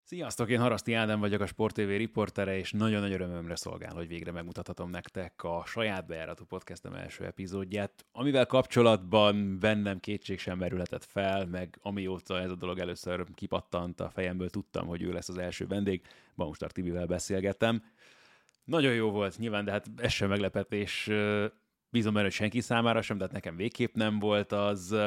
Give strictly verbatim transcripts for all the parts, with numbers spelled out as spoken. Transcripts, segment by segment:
Sziasztok, én Haraszti Ádám vagyok, a Sport té vé riportere, és nagyon nagy örömömre szolgál, hogy végre megmutathatom nektek a saját bejáratú podcastem első epizódját, amivel kapcsolatban bennem kétség sem merülhetett fel, meg amióta ez a dolog először kipattant a fejemből, tudtam, hogy ő lesz az első vendég. Baumstark Tibivel beszélgettem. Nagyon jó volt, nyilván, de hát ez sem meglepetés, bízom benne, hogy senki számára sem, de hát nekem végképp nem volt az.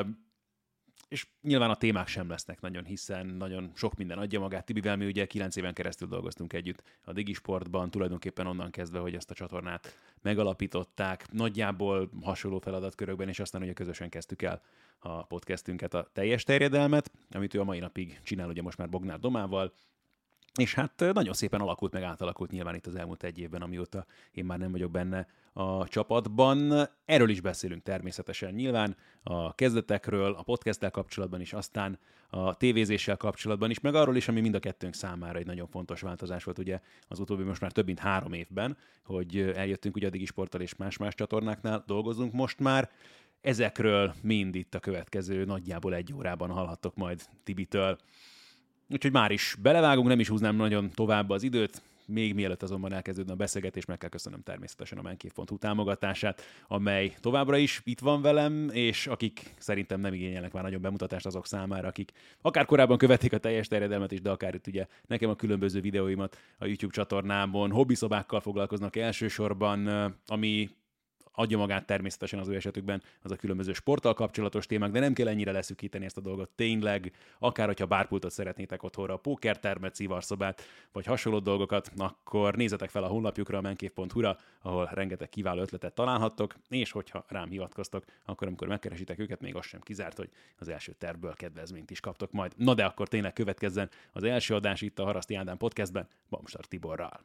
És nyilván a témák sem lesznek nagyon, hiszen nagyon sok minden adja magát. Tibivel mi ugye kilenc éven keresztül dolgoztunk együtt a Digisportban, tulajdonképpen onnan kezdve, hogy ezt a csatornát megalapították, nagyjából hasonló feladatkörökben, és aztán ugye közösen kezdtük el a podcastünket, a teljes terjedelmet, amit ő a mai napig csinál, ugye most már Bognár Domával, és hát nagyon szépen alakult, meg átalakult nyilván itt az elmúlt egy évben, amióta én már nem vagyok benne a csapatban. Erről is beszélünk természetesen nyilván, a kezdetekről, a podcasttel kapcsolatban is, aztán a tévézéssel kapcsolatban is, meg arról is, ami mind a kettőnk számára egy nagyon fontos változás volt ugye az utóbbi most már több mint három évben, hogy eljöttünk ugye a Digisporttal és más-más csatornáknál dolgozunk most már. Ezekről mind itt a következő nagyjából egy órában hallhattok majd Tibitől. Úgyhogy már is belevágunk, nem is húznám nagyon tovább az időt, még mielőtt azonban elkezdődne a beszélgetés, meg kell köszönöm természetesen a menkév pont hu támogatását, amely továbbra is itt van velem, és akik szerintem nem igényelnek már nagyon bemutatást azok számára, akik akár korábban követték a teljes terjedelmet is, de akár itt ugye nekem a különböző videóimat a YouTube csatornámon, hobbiszobákkal foglalkoznak elsősorban, ami adja magát természetesen az ő esetükben az a különböző sporttal kapcsolatos témák, de nem kell ennyire leszűkíteni ezt a dolgot. Tényleg, akár hogyha bárpultot szeretnétek otthonra, a pókertermet, szivarszobát, vagy hasonló dolgokat, akkor nézzetek fel a honlapjukra, a menkév pont hu-ra, ahol rengeteg kiváló ötletet találhattok, és hogyha rám hivatkoztok, akkor amikor megkeresitek őket, még az sem kizárt, hogy az első tervből kedvezményt is kaptok majd. Na de akkor tényleg következzen az első adás itt a Haraszti Ádám podcastben, Baumstark Tiborral.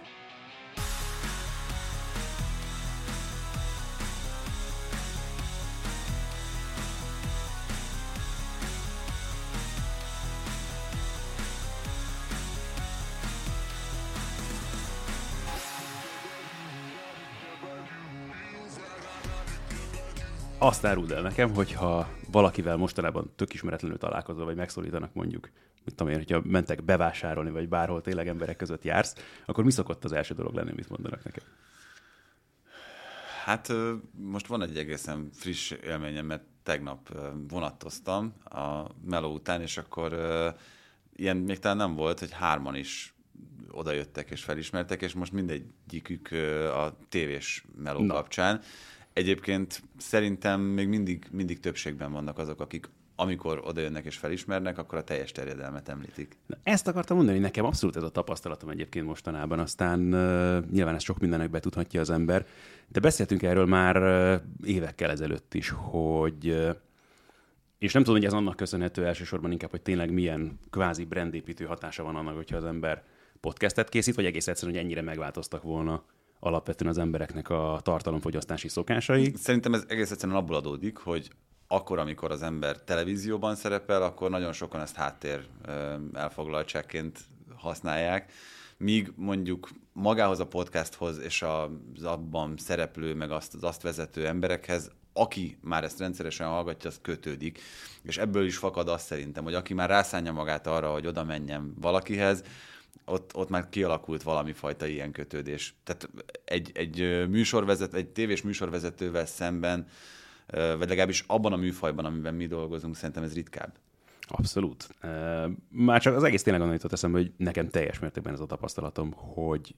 Azt áruld el nekem, hogyha valakivel mostanában tök ismeretlenül találkozol, vagy megszólítanak mondjuk, mit tudom én, hogyha mentek bevásárolni, vagy bárhol tényleg emberek között jársz, akkor mi szokott az első dolog lenni, mit mondanak neked? Hát most van egy egészen friss élményem, mert tegnap vonattoztam a meló után, és akkor ilyen még talán nem volt, hogy hárman is odajöttek és felismertek, és most mindegyikük a tévés meló Na. kapcsán. Egyébként szerintem még mindig, mindig többségben vannak azok, akik amikor odajönnek és felismernek, akkor a teljes terjedelmet említik. Na, ezt akartam mondani, hogy nekem abszolút ez a tapasztalatom egyébként mostanában, aztán uh, nyilván ezt sok mindennek betudhatja az ember, de beszéltünk erről már uh, évekkel ezelőtt is, hogy uh, és nem tudom, hogy ez annak köszönhető elsősorban inkább, hogy tényleg milyen kvázi brandépítő hatása van annak, hogyha az ember podcastet készít, vagy egész egyszerűen, hogy ennyire megváltoztak volna alapvetően az embereknek a tartalomfogyasztási szokásai. Szerintem ez egész egyszerűen abból adódik, hogy akkor, amikor az ember televízióban szerepel, akkor nagyon sokan ezt háttér elfoglaltságként használják, míg mondjuk magához a podcasthoz és az abban szereplő, meg azt, az azt vezető emberekhez, aki már ezt rendszeresen hallgatja, az kötődik. És ebből is fakad azt szerintem, hogy aki már rászánja magát arra, hogy oda menjen valakihez, Ott, ott már kialakult valami fajta ilyen kötődés. Tehát egy, egy műsorvezető, egy tévés műsorvezetővel szemben, vagy legalábbis abban a műfajban, amiben mi dolgozunk, szerintem ez ritkább. Abszolút. Már csak az egész tényleg onnan jutott eszembe, hogy nekem teljes mértékben ez a tapasztalatom, hogy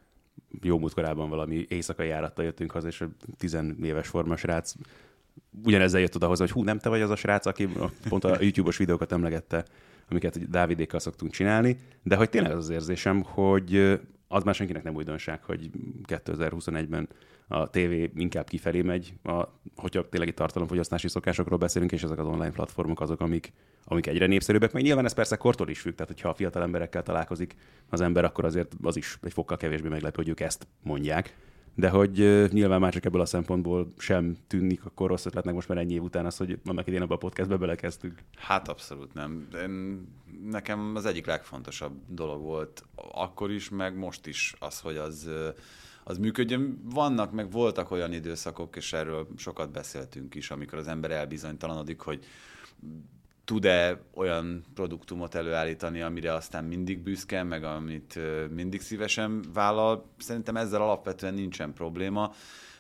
jó múltkorában valami éjszakai járattal jöttünk haza, és a tizenéves formasrác ugyanezzel jött oda hozzá, hogy hú, nem te vagy az a srác, aki pont a YouTube-os videókat emlegette, amiket Dávidékkal szoktunk csinálni, de hogy tényleg az az érzésem, hogy az már senkinek nem újdonság, hogy kétezer-huszonegyben a tévé inkább kifelé megy, a, hogyha tényleg itt tartalomfogyasztási szokásokról beszélünk, és ezek az online platformok azok, amik, amik egyre népszerűbbek. Meg nyilván ez persze kortól is függ, tehát hogyha a fiatal emberekkel találkozik az ember, akkor azért az is egy fokkal kevésbé meglepő, hogy ők ezt mondják. De hogy uh, nyilván már csak ebből a szempontból sem tűnik akkor rossz ötletnek most már ennyi év után az, hogy annak idén abban a podcastbe belekezdtünk. Hát abszolút nem. Én, nekem az egyik legfontosabb dolog volt akkor is, meg most is az, hogy az, az működjön. Vannak, meg voltak olyan időszakok, és erről sokat beszéltünk is, amikor az ember elbizonytalanodik, hogy tud-e olyan produktumot előállítani, amire aztán mindig büszke, meg amit mindig szívesen vállal. Szerintem ezzel alapvetően nincsen probléma.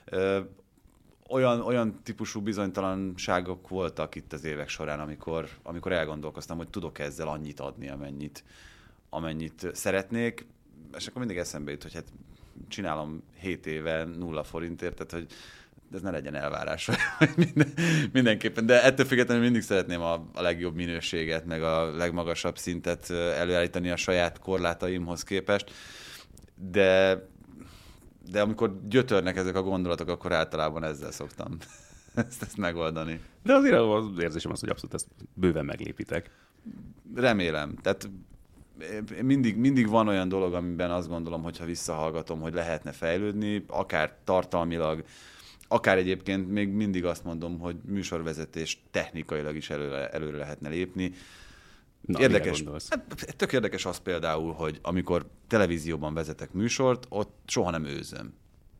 Olyan, olyan típusú bizonytalanságok voltak itt az évek során, amikor, amikor elgondolkoztam, hogy tudok ezzel annyit adni, amennyit, amennyit szeretnék, és akkor mindig eszembe jut, hogy hát csinálom hét éve nulla forintért, tehát hogy ez ne legyen elvárás minden, mindenképpen, de ettől függetlenül mindig szeretném a, a legjobb minőséget, meg a legmagasabb szintet előállítani a saját korlátaimhoz képest, de, de amikor gyötörnek ezek a gondolatok, akkor általában ezzel szoktam ezt, ezt megoldani. De azért az érzésem az, hogy abszolút ezt bőven meglépitek. Remélem. Tehát mindig, mindig van olyan dolog, amiben azt gondolom, hogyha visszahallgatom, hogy lehetne fejlődni, akár tartalmilag, akár egyébként még mindig azt mondom, hogy műsorvezetés technikailag is előre, előre lehetne lépni. Na, érdekes, hát, tök érdekes az például, hogy amikor televízióban vezetek műsort, ott soha nem őzöm.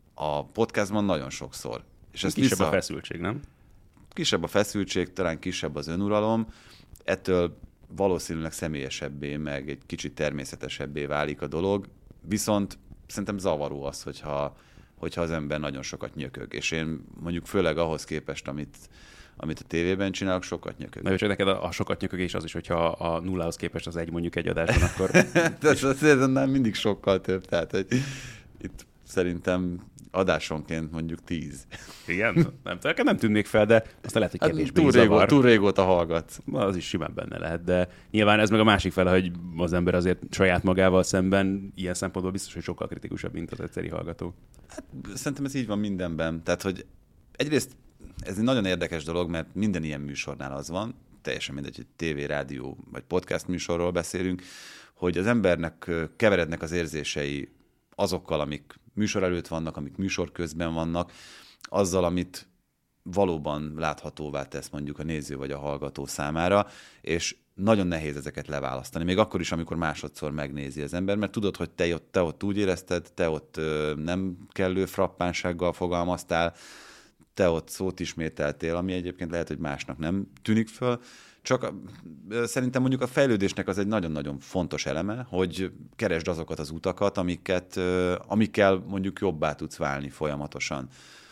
A podcastban nagyon sokszor. És ez kisebb vissza... a feszültség, nem? Kisebb a feszültség, talán kisebb az önuralom. Ettől valószínűleg személyesebbé, meg egy kicsit természetesebbé válik a dolog. Viszont szerintem zavaró az, hogyha hogyha az ember nagyon sokat nyökög. És én mondjuk főleg ahhoz képest, amit, amit a tévében csinálok, sokat nyökög. Na jó, csak neked a, a sokat nyökögés az is, hogyha a nullához képest az egy mondjuk egy adásban, akkor... Ez azért mindig sokkal több. Tehát, hogy itt szerintem adásonként mondjuk tíz. Igen? Nem, nem, nem tűnnék fel, de aztán lehet, hogy kevésbé túl, régó, túl régóta hallgat. Az is simán benne lehet, de nyilván ez meg a másik fele, hogy az ember azért saját magával szemben ilyen szempontból biztos, hogy sokkal kritikusabb, mint az egyszeri hallgató. Hát szerintem ez így van mindenben. Tehát, hogy egyrészt ez egy nagyon érdekes dolog, mert minden ilyen műsornál az van, teljesen mindegy, hogy tévé, rádió vagy podcast műsorról beszélünk, hogy az embernek keverednek az érzései azokkal, amik műsor előtt vannak, amik műsor közben vannak, azzal, amit valóban láthatóvá tesz mondjuk a néző vagy a hallgató számára, és nagyon nehéz ezeket leválasztani, még akkor is, amikor másodszor megnézi az ember, mert tudod, hogy te ott, te ott úgy érezted, te ott ö, nem kellő frappánsággal fogalmaztál, te ott szót ismételtél, ami egyébként lehet, hogy másnak nem tűnik föl, csak szerintem mondjuk a fejlődésnek az egy nagyon-nagyon fontos eleme, hogy keresd azokat az utakat, amiket, amikkel mondjuk jobbá tudsz válni folyamatosan.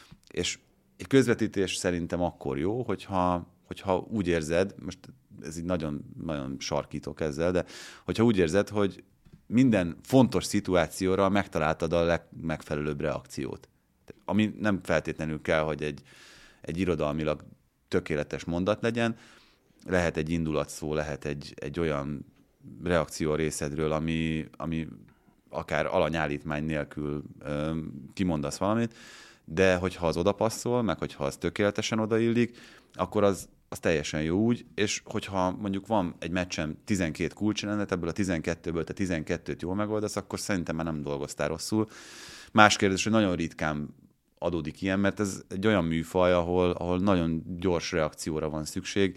És egy közvetítés szerintem akkor jó, hogyha, hogyha úgy érzed, most ez így nagyon, nagyon sarkítok ezzel, de hogyha úgy érzed, hogy minden fontos szituációra megtaláltad a legmegfelelőbb reakciót. Ami nem feltétlenül kell, hogy egy, egy irodalmilag tökéletes mondat legyen, lehet egy indulatszó, lehet egy, egy olyan reakció a részedről, ami, ami akár alanyállítmány nélkül ö, kimondasz valamit, de hogyha az odapasszol, meg hogyha az tökéletesen odaillik, akkor az, az teljesen jó úgy, és hogyha mondjuk van egy meccsen tizenkét kulcsjelenet, ebből a tizenkettőből te tizenkettőt jól megoldasz, akkor szerintem már nem dolgoztál rosszul. Más kérdés, hogy nagyon ritkán adódik ilyen, mert ez egy olyan műfaj, ahol, ahol nagyon gyors reakcióra van szükség.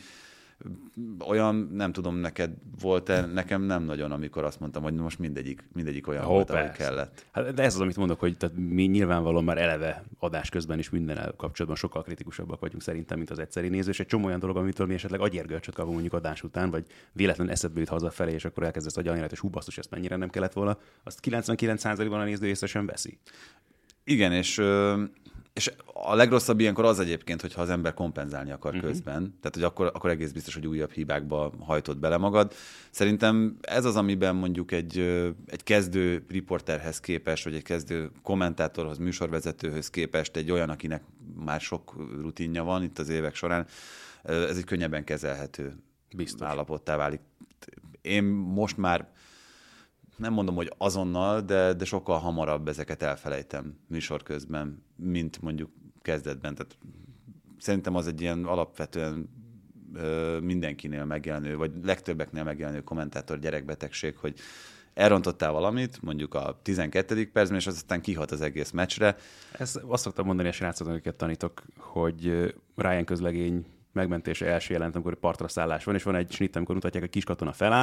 Olyan, nem tudom, neked volt-e, nekem nem nagyon, amikor azt mondtam, hogy most mindegyik, mindegyik olyan oh, volt, ahogy kellett. Hát de ez az, amit mondok, hogy tehát mi nyilvánvalóan már eleve adás közben is minden kapcsolatban sokkal kritikusabbak vagyunk szerintem, mint az egyszeri néző, és egy csomó olyan dolog, amitől mi esetleg agyérgörcsöt kapunk mondjuk adás után, vagy véletlen eszedbe jut hazafelé, és akkor elkezdesz agyalni, és hú basszus, ezt mennyire nem kellett volna, azt kilencvenkilenc százalékban a néző észre sem veszi. Igen, és... És a legrosszabb ilyenkor az egyébként, hogyha az ember kompenzálni akar uh-huh. közben, tehát hogy akkor, akkor egész biztos, hogy újabb hibákba hajtod bele magad. Szerintem ez az, amiben mondjuk egy, egy kezdő riporterhez képest, vagy egy kezdő kommentátorhoz, műsorvezetőhöz képest egy olyan, akinek már sok rutinja van itt az évek során, ez egy könnyebben kezelhető biztos állapottá válik. Én most már nem mondom, hogy azonnal, de, de sokkal hamarabb ezeket elfelejtem műsor közben, mint mondjuk kezdetben. Tehát szerintem az egy ilyen alapvetően ö, mindenkinél megjelenő, vagy legtöbbeknél megjelenő kommentátor gyerekbetegség, hogy elrontottál valamit, mondjuk a tizenkettedik percben, és az aztán kihat az egész meccsre. Ezt azt szoktam mondani a srácoknak, akiket tanítok, hogy Ryan közlegény megmentése első jelent, amikor partra szállás van, és van egy snitt, amikor mutatják, hogy Kiskatona feláll,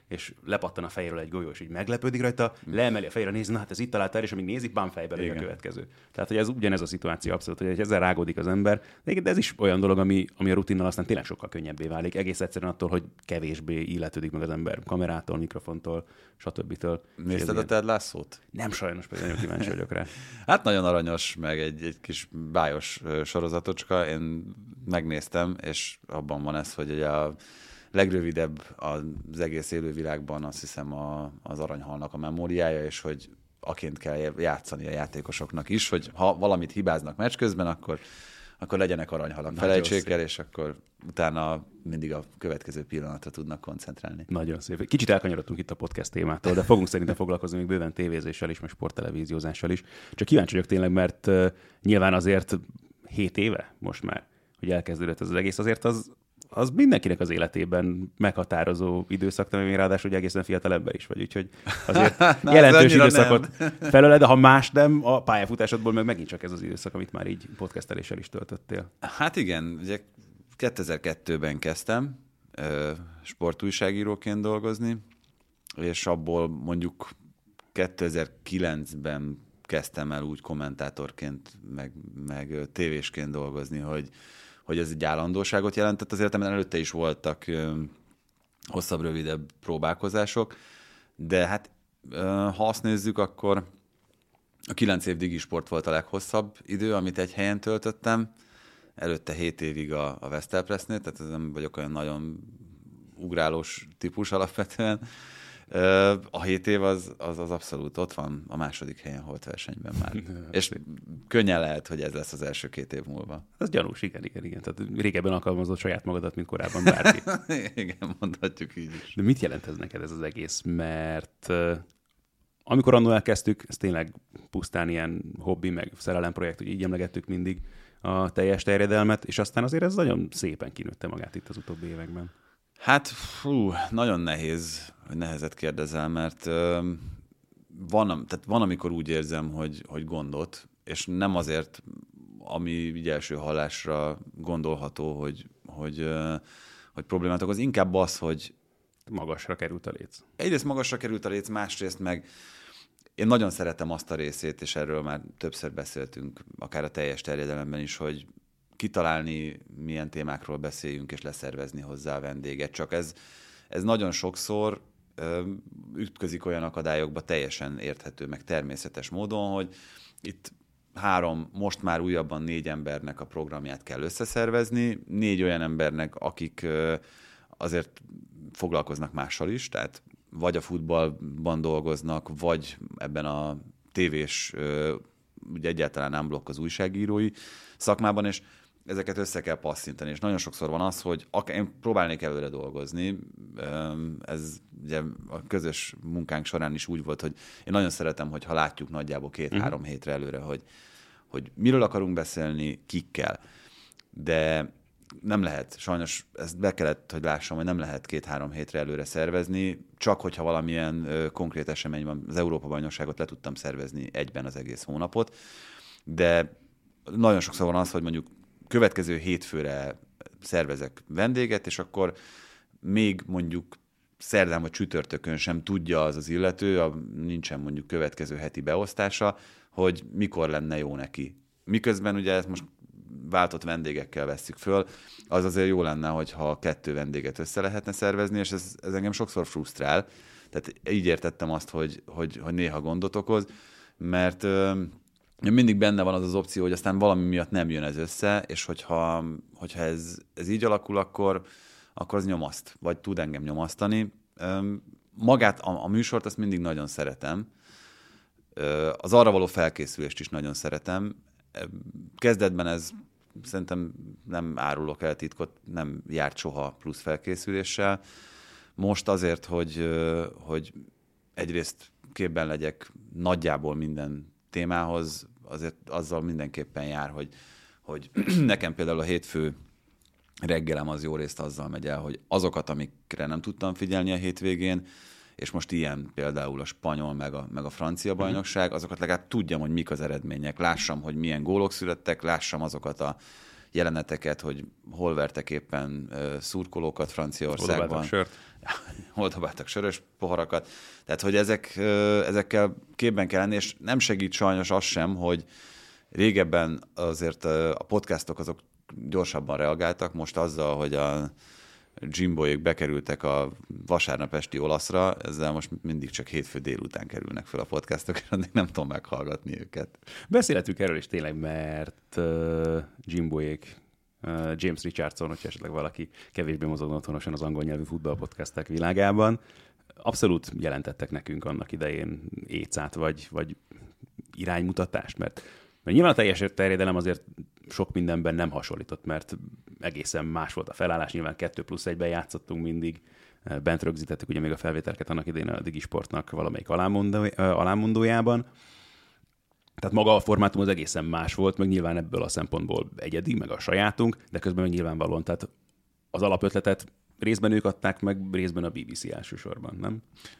és lepattan a fejéről egy golyó, és így meglepődik rajta, leemeli a fejére, nézi, na hát ez itt találta el, és amíg nézik, bám fejbe lő a következő. Tehát, hogy ez ugyanez a szituáció abszolút, hogy ezzel rágódik az ember, de ez is olyan dolog, ami, ami a rutinnal aztán tényleg sokkal könnyebbé válik. Egész egyszerűen attól, hogy kevésbé illetődik meg az ember kamerától, mikrofontól, stb. Nézted a Ted Lasso-t? Nem sajnos, pedig nagyon kíváncsi vagyok rá. Hát nagyon aranyos, meg egy, egy kis bájos sorozatocska. Én megnéztem, és abban van ez, hogy ugye a legrövidebb az egész élővilágban azt hiszem a, az aranyhalnak a memóriája, és hogy aként kell játszani a játékosoknak is, hogy ha valamit hibáznak meccs közben, akkor, akkor legyenek aranyhalak, felejtsék el, és akkor utána mindig a következő pillanatra tudnak koncentrálni. Nagyon szép. Kicsit elkanyarodtunk itt a podcast témától, de fogunk szerintem foglalkozni még bőven tévézéssel is, meg sporttelevíziózással is. Csak kíváncsi vagyok tényleg, mert uh, nyilván azért hét éve most már, hogy elkezdődött ez az egész, azért az az mindenkinek az életében meghatározó időszak, de még ráadásul, hogy egészen fiatal ember is vagy, úgyhogy azért Na, jelentős időszakot felöled, de ha más nem, a pályafutásodból meg megint csak ez az időszak, amit már így podcasteléssel is töltöttél. Hát igen, ugye kétezer-kettőben kezdtem sportújságíróként dolgozni, és abból mondjuk kétezer-kilencben kezdtem el úgy kommentátorként, meg, meg tévésként dolgozni, hogy hogy ez egy állandóságot jelentett. Az életemben előtte is voltak ö, hosszabb, rövidebb próbálkozások, de hát ö, ha azt nézzük, akkor a kilenc év digisport volt a leghosszabb idő, amit egy helyen töltöttem. Előtte hét évig a, a Vestelpressnél, tehát nem vagyok olyan nagyon ugrálós típus alapvetően. A hét év az, az, az abszolút ott van a második helyen holt versenyben már. És könnyen lehet, hogy ez lesz az első két év múlva. Ez gyanús, igen, igen, igen. Tehát régebben alkalmazott saját magadat, mint korábban bárki. Igen, mondhatjuk így is. De mit jelent ez neked ez az egész? Mert uh, amikor annól elkezdtük, ez tényleg pusztán ilyen hobbi, meg szerelemprojekt, hogy így emlegettük mindig a teljes terjedelmet, és aztán azért ez nagyon szépen kinőtte magát itt az utóbbi években. Hát, fú, nagyon nehéz, hogy nehezet kérdezel, mert ö, van, tehát van, amikor úgy érzem, hogy, hogy gondot, és nem azért, ami így első hallásra gondolható, hogy, hogy, ö, hogy problémát okoz, inkább az, hogy magasra került a léc. Egyrészt magasra került a léc, másrészt meg én nagyon szeretem azt a részét, és erről már többször beszéltünk, akár a teljes terjedelemben is, hogy kitalálni, milyen témákról beszéljünk, és leszervezni hozzá a vendéget. Csak ez, ez nagyon sokszor ö, ütközik olyan akadályokba teljesen érthető, meg természetes módon, hogy itt három, most már újabban négy embernek a programját kell összeszervezni, négy olyan embernek, akik ö, azért foglalkoznak mással is, tehát vagy a futballban dolgoznak, vagy ebben a tévés, ö, ugye egyáltalán nem blokk az újságírói szakmában, és ezeket össze kell passzintani, és nagyon sokszor van az, hogy akár én próbálnék előre dolgozni, ez ugye a közös munkánk során is úgy volt, hogy én nagyon szeretem, hogyha látjuk nagyjából két-három uh-huh. hétre előre, hogy, hogy miről akarunk beszélni, kikkel, de nem lehet, sajnos ezt be kellett, hogy lássam, hogy nem lehet két-három hétre előre szervezni, csak hogyha valamilyen ö, konkrét esemény van, az Európa-bajnokságot le tudtam szervezni egyben az egész hónapot, de nagyon sokszor van az, hogy mondjuk következő hétfőre szervezek vendéget, és akkor még mondjuk szerdán vagy csütörtökön sem tudja az az illető, a, nincsen mondjuk következő heti beosztása, hogy mikor lenne jó neki. Miközben ugye ezt most váltott vendégekkel vesszük föl, az azért jó lenne, hogyha kettő vendéget össze lehetne szervezni, és ez, ez engem sokszor frusztrál. Tehát így értettem azt, hogy, hogy, hogy néha gondot okoz, mert ö, mindig benne van az az opció, hogy aztán valami miatt nem jön ez össze, és hogyha, hogyha ez, ez így alakul, akkor, akkor az nyomaszt, vagy tud engem nyomasztani. Magát, a, a műsort azt mindig nagyon szeretem. Az arra való felkészülést is nagyon szeretem. Kezdetben ez szerintem nem árulok el titkot, nem járt soha plusz felkészüléssel. Most azért, hogy, hogy egyrészt képben legyek nagyjából minden témához, azért azzal mindenképpen jár, hogy, hogy nekem például a hétfő reggelem az jó részt azzal megy el, hogy azokat, amikre nem tudtam figyelni a hétvégén, és most ilyen például a spanyol, meg a, meg a francia bajnokság, azokat legalább tudjam, hogy mik az eredmények, lássam, hogy milyen gólok születtek, lássam azokat a jeleneteket, hogy hol vertek éppen szurkolókat Franciaországban. Hol dobáltak sört. Hol dobáltak sörös poharakat. Tehát, hogy ezek, ezekkel képben kell lenni, és nem segít sajnos az sem, hogy régebben azért a podcastok azok gyorsabban reagáltak, most azzal, hogy a Jimboék bekerültek a vasárnap esti olaszra, ezzel most mindig csak hétfő délután kerülnek fel a podcastok, és addig nem tudom meghallgatni őket. Beszélhetünk erről is tényleg, mert uh, Jimboék, uh, James Richardson, hogyha esetleg valaki kevésbé mozog otthonosan az angol nyelvű futballpodcastek világában, abszolút jelentettek nekünk annak idején écát, vagy, vagy iránymutatást, mert, mert nyilván a teljes terjedelem azért sok mindenben nem hasonlított, mert egészen más volt a felállás, nyilván kettő plusz egyben játszottunk mindig, bent rögzítettük ugye még a felvételket annak idején a Digisportnak valamelyik alámondó, alámondójában. Tehát maga a formátum az egészen más volt, meg nyilván ebből a szempontból egyedi, meg a sajátunk, de közben meg nyilvánvalóan, tehát az alapötletet részben ők adták meg, részben a bé bé cé elsősorban, nem?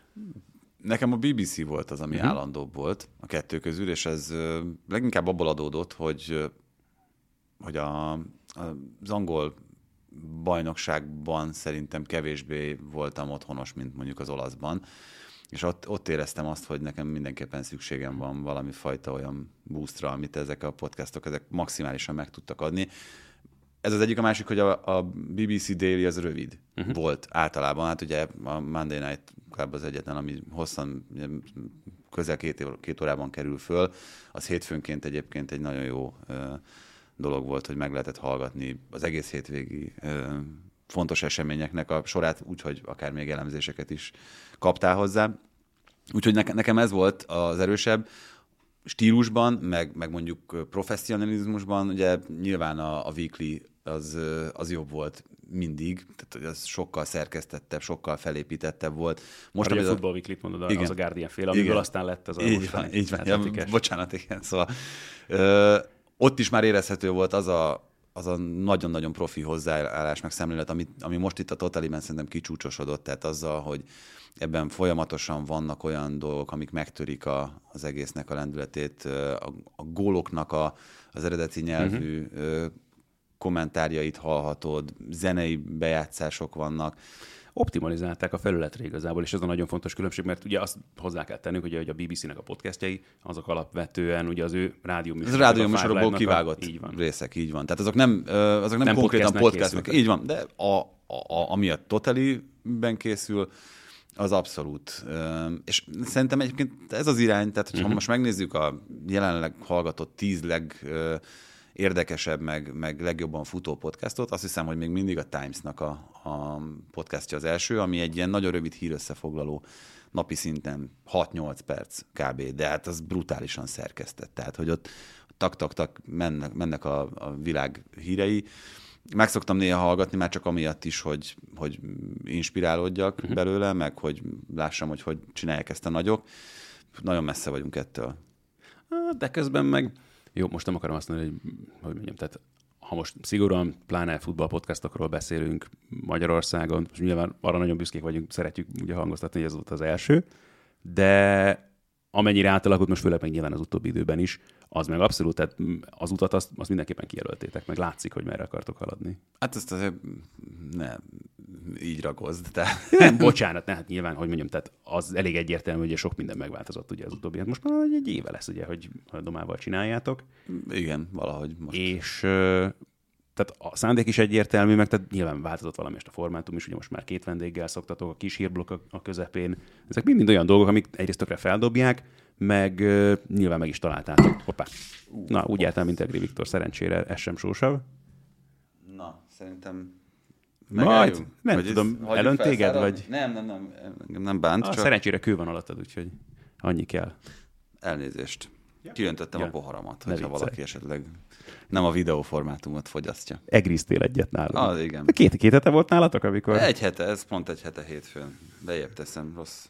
Nekem a bé bé cé volt az, ami uh-huh. állandóbb volt a kettő közül, és ez leginkább abból adódott, hogy hogy a, a, az angol bajnokságban szerintem kevésbé voltam otthonos, mint mondjuk az olaszban, és ott, ott éreztem azt, hogy nekem mindenképpen szükségem van valami fajta olyan boostra, amit ezek a podcastok ezek maximálisan meg tudtak adni. Ez az egyik, a másik, hogy a, a bé bé cé Daily az rövid uh-huh. volt általában. Hát ugye a Monday Night Club az egyetlen, ami hosszan, közel két, két órában kerül föl. Az hétfőnként egyébként egy nagyon jó dolog volt, hogy meg lehetett hallgatni az egész hétvégi fontos eseményeknek a sorát, úgyhogy akár még elemzéseket is kaptál hozzá. Úgyhogy nekem ez volt az erősebb. Stílusban, meg, meg mondjuk professzionalizmusban, ugye nyilván a, a weekly az, az jobb volt mindig, tehát az sokkal szerkesztettebb, sokkal felépítettebb volt. Most a Football Weekly-t mondod, igen. Az a Guardian fél, amiből igen. aztán lett az a így van, így van. Ja, bocsánat, igen, szóval ö, ott is már érezhető volt az a, az a nagyon-nagyon profi hozzáállás, meg szemlélet, ami, ami most itt a Totaliben szerintem kicsúcsosodott, tehát azzal, hogy ebben folyamatosan vannak olyan dolgok, amik megtörik a, az egésznek a lendületét, a, a góloknak a, az eredeti nyelvű uh-huh. kommentárjait hallhatod, zenei bejátszások vannak. Optimalizálták a felületre igazából, és ez a nagyon fontos különbség, mert ugye azt hozzá kell tennünk, hogy a bé bé cé-nek a podcastjai, azok alapvetően ugye az ő rádióműsorokból rádióműsorokból kivágott így van. részek, így van. Tehát azok nem, azok nem, nem konkrétan podcastok, így van, de a, a, a, ami a Totaliben készül, az abszolút. És szerintem egyébként ez az irány, tehát hogyha uh-huh. most megnézzük a jelenleg hallgatott tíz legérdekesebb, meg, meg legjobban futó podcastot, azt hiszem, hogy még mindig a Times-nak a, a podcastja az első, ami egy ilyen nagyon rövid hírösszefoglaló, napi szinten hat-nyolc perc kb. De hát az brutálisan szerkesztett. Tehát, hogy ott tak-tak-tak mennek, mennek a, a világ hírei. Meg szoktam néha hallgatni, már csak amiatt is, hogy, hogy inspirálódjak uh-huh. belőle, meg hogy lássam, hogy hogy csinálják ezt a nagyok. Nagyon messze vagyunk ettől. De közben meg... Jó, most nem akarom azt mondani, hogy, hogy mondjam, tehát ha most szigorúan pláne futballpodcastokról beszélünk Magyarországon, most nyilván arra nagyon büszkék vagyunk, szeretjük ugye hangoztatni, hogy ez volt az első, de amennyire átalakult, most főleg meg nyilván az utóbbi időben is, az meg abszolút, tehát az utat azt, azt mindenképpen kijelöltétek, meg látszik, hogy merre akartok haladni. Hát ezt azért nem így ragozd. Tehát... Nem, bocsánat, ne, hát nyilván, hogy mondjam, tehát az elég egyértelmű, hogy sok minden megváltozott ugye az utóbbi. Hát most már egy éve lesz, ugye, hogy a Domával csináljátok. Igen, valahogy most. És tehát a szándék is egyértelmű, meg tehát nyilván változott valami a formátum is, ugye most már két vendéggel szoktatok, a kis hírblokk a közepén. Ezek mind-mind olyan dolgok, amik egyrészt tökre feldobják, meg uh, nyilván meg is találtátok. Hoppá. Na, úgy jártál, mint Egri Viktor, szerencsére ez sem sósabb. Na, szerintem majd, nem vagy tudom, elönt téged, vagy? Nem, nem, nem, nem bánt. Ah, csak... Szerencsére kő van alattad, úgyhogy annyi kell. Elnézést. Ja. Kiöntöttem ja. a poharamat, hogyha valaki esetleg nem a videóformátumot fogyasztja. Egriztél egyet nálunk. Az, igen. Két, két hete volt nálatok, amikor? Egy hete, ez pont egy hete hétfőn. Bejebb teszem, rossz,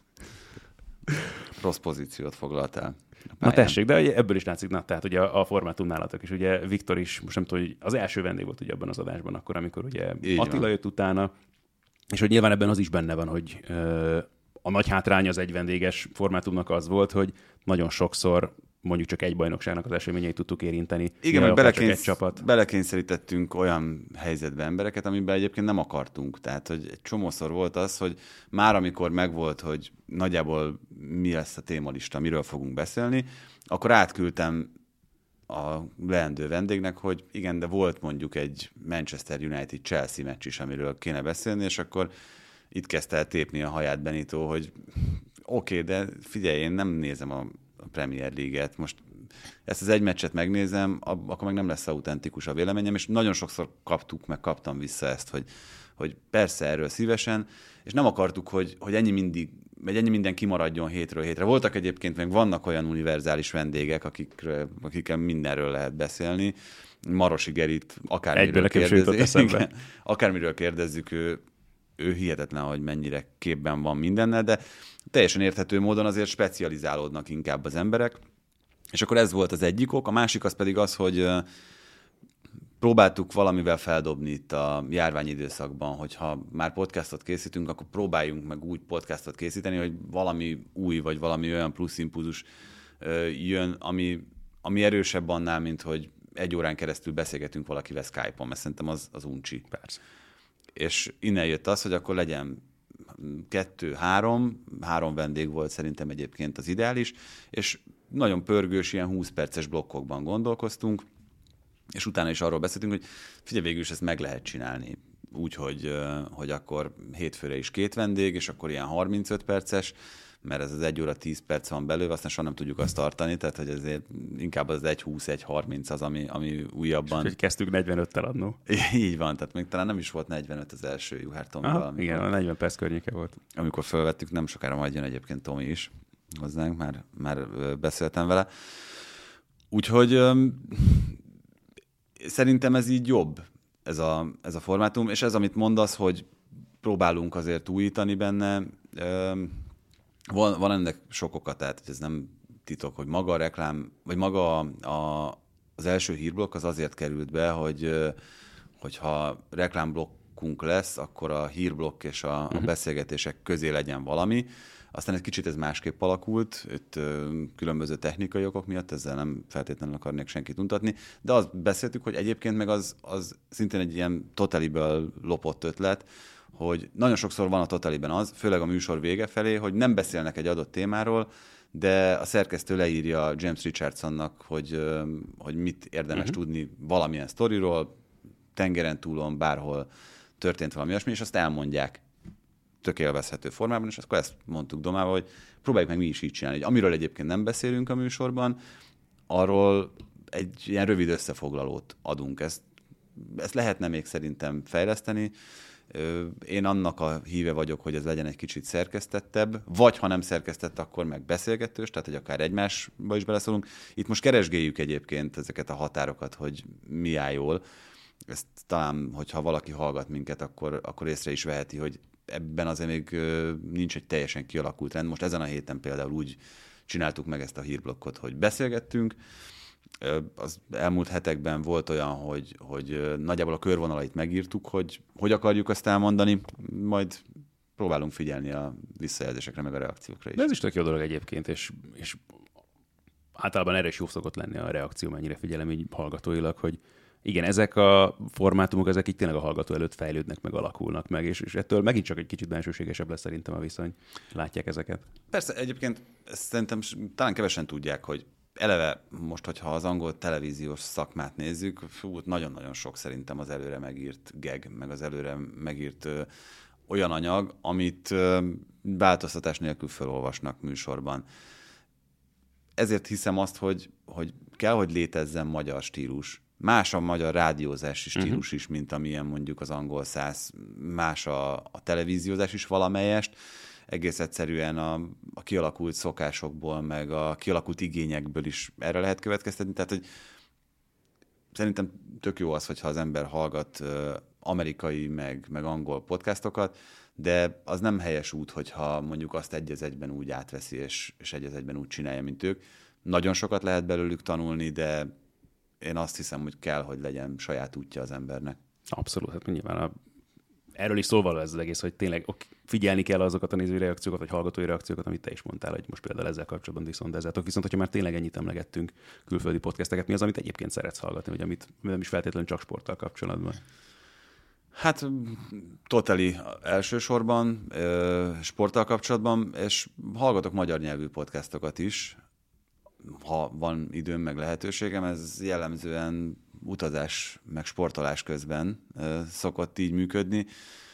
rossz pozíciót foglaltál. Na tessék, de ebből is látszik, na, tehát ugye a, a formátum nálatok is. Ugye Viktor is, most nem tudom, hogy az első vendég volt ugye abban az adásban, akkor, amikor ugye így Attila van. Jött utána, és hogy nyilván ebben az is benne van, hogy ö, a nagy hátrány az egy vendéges formátumnak az volt, hogy nagyon sokszor mondjuk csak egy bajnokságnak az eseményeit tudtuk érinteni. Igen, meg belekénysz, egy csapat. belekényszerítettünk olyan helyzetbe embereket, amiben egyébként nem akartunk. Tehát, hogy egy csomószor volt az, hogy már amikor megvolt, hogy nagyjából mi lesz a témalista, miről fogunk beszélni, akkor átküldtem a leendő vendégnek, hogy igen, de volt mondjuk egy Manchester United-Chelsea meccs is, amiről kéne beszélni, és akkor itt kezdte el tépni a haját Benito, hogy oké, okay, de figyelj, én nem nézem a Premier League-et, most ezt az egy meccset megnézem, akkor meg nem lesz autentikus a véleményem, és nagyon sokszor kaptuk, meg kaptam vissza ezt, hogy, hogy persze erről szívesen, és nem akartuk, hogy, hogy ennyi mindig, vagy ennyi minden kimaradjon hétről hétre. Voltak egyébként, meg vannak olyan univerzális vendégek, akikről, akikkel mindenről lehet beszélni. Marosi Gerit akármiről kérdezzük, akármiről kérdezzük, ő, ő hihetetlen, hogy mennyire képben van mindennel, de teljesen érthető módon azért specializálódnak inkább az emberek. És akkor ez volt az egyik ok, a másik az pedig az, hogy próbáltuk valamivel feldobni itt a járvány időszakban, hogyha már podcastot készítünk, akkor próbáljunk meg úgy podcastot készíteni, hogy valami új, vagy valami olyan plusz impulzus jön, ami, ami erősebb annál, mint hogy egy órán keresztül beszélgetünk valakivel Skype-on, mert szerintem az, az uncsi. Persze. És innen jött az, hogy akkor legyen kettő, három, három vendég volt szerintem egyébként az ideális, és nagyon pörgős, ilyen húsz perces blokkokban gondolkoztunk, és utána is arról beszéltünk, hogy figyelj, végül is ezt meg lehet csinálni. Úgy, hogy, hogy akkor hétfőre is két vendég, és akkor ilyen harmincöt perces, mert ez az egy óra tíz perc van belőle, aztán soha nem tudjuk azt tartani, tehát hogy ezért inkább az egy húsz, egy harminc az, ami, ami újabban... És hogy kezdtük negyvenöttel adnó. Így van, tehát még talán nem is volt negyvenöt az első Juhártommal. Igen, a negyven perc környéke volt. Amikor felvettük, nem sokára majd jön egyébként Tomi is hozzánk, már, már beszéltem vele. Úgyhogy szerintem ez így jobb, ez a, ez a formátum, és ez, amit mondasz, hogy próbálunk azért újítani benne, van, van ennek sok oka, tehát ez nem titok, hogy maga a reklám, vagy maga a, a, az első hírblokk az azért került be, hogy hogyha reklámblokkunk lesz, akkor a hírblokk és a, uh-huh. a beszélgetések közé legyen valami. Aztán egy kicsit ez másképp alakult, itt különböző technikai okok miatt, ezzel nem feltétlenül akarnék senkit untatni, de azt beszéltük, hogy egyébként meg az, az szintén egy ilyen totaliből lopott ötlet, hogy nagyon sokszor van a totaliben az, főleg a műsor vége felé, hogy nem beszélnek egy adott témáról, de a szerkesztő leírja James Richardsonnak, hogy, hogy mit érdemes uh-huh. tudni valamilyen sztoriról, tengeren túlon, bárhol történt valami olyasmi, és azt elmondják tök élvezhető formában, és akkor ezt mondtuk Domával, hogy próbáljuk meg mi is így csinálni, hogy amiről egyébként nem beszélünk a műsorban, arról egy ilyen rövid összefoglalót adunk. Ezt, ezt lehetne még szerintem fejleszteni. Én annak a híve vagyok, hogy ez legyen egy kicsit szerkesztettebb, vagy ha nem szerkesztett, akkor meg beszélgetős, tehát hogy akár egymásba is beleszólunk. Itt most keresgéljük egyébként ezeket a határokat, hogy mi áll jól. Ezt talán, hogyha valaki hallgat minket, akkor, akkor észre is veheti, hogy ebben azért még nincs egy teljesen kialakult rend. Most ezen a héten például úgy csináltuk meg ezt a hírblokkot, hogy beszélgettünk. Az elmúlt hetekben volt olyan, hogy, hogy nagyjából a körvonalait megírtuk, hogy hogy akarjuk azt elmondani, majd próbálunk figyelni a visszajelzésekre, meg a reakciókra is. De ez is tök jó dolog egyébként, és, és általában erre is jó szokott lenni a reakció, mennyire figyelem így hallgatóilag, hogy igen, ezek a formátumok, ezek így tényleg a hallgató előtt fejlődnek, meg alakulnak meg, és, és ettől megint csak egy kicsit bensőségesebb lesz szerintem a viszony. Látják ezeket? Persze, egyébként szerintem talán kevesen tudják, hogy eleve most, hogyha az angol televíziós szakmát nézzük, fú, nagyon-nagyon sok szerintem az előre megírt gag, meg az előre megírt ö, olyan anyag, amit ö, változtatás nélkül felolvasnak műsorban. Ezért hiszem azt, hogy, hogy kell, hogy létezzen magyar stílus. Más a magyar rádiózási stílus uh-huh. is, mint amilyen mondjuk az angol száz, más a, a televíziózás is valamelyest. Egész egyszerűen a, a kialakult szokásokból, meg a kialakult igényekből is erre lehet következtetni. Tehát, hogy szerintem tök jó az, hogyha az ember hallgat uh, amerikai, meg, meg angol podcastokat, de az nem helyes út, hogyha mondjuk azt egy az egyben úgy átveszi, és, és egy az egyben úgy csinálja, mint ők. Nagyon sokat lehet belőlük tanulni, de én azt hiszem, hogy kell, hogy legyen saját útja az embernek. Abszolút, hát nyilván a erről is szól ez az egész, hogy tényleg ok, figyelni kell azokat a nézői reakciókat, vagy hallgatói reakciókat, amit te is mondtál, hogy most például ezzel kapcsolatban viszontezátok. Viszont, hogyha már tényleg ennyit emlegettünk külföldi podcasteket, mi az, amit egyébként szeretsz hallgatni, vagy amit nem is feltétlenül csak sporttal kapcsolatban? Hát totali elsősorban sporttal kapcsolatban, és hallgatok magyar nyelvű podcastokat is, ha van időm meg lehetőségem, ez jellemzően utazás meg sportolás közben szokott így működni.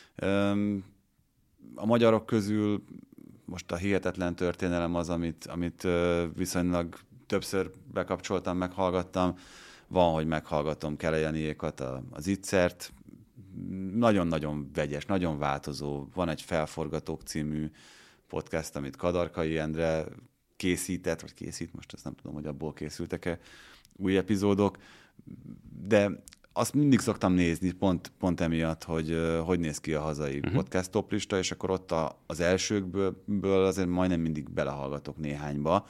A magyarok közül most a Hihetetlen Történelem az, amit, amit viszonylag többször bekapcsoltam, meghallgattam. Van, hogy meghallgatom Kele Janiékat, az Itzert. Nagyon-nagyon vegyes, nagyon változó. Van egy Felforgatók című podcast, amit Kadarkai Endre készített, vagy készít, most ezt nem tudom, hogy abból készültek-e új epizódok, de azt mindig szoktam nézni, pont, pont emiatt, hogy hogy néz ki a hazai uh-huh. podcast toplista, és akkor ott a, az elsőkből azért majdnem mindig belehallgatok néhányba.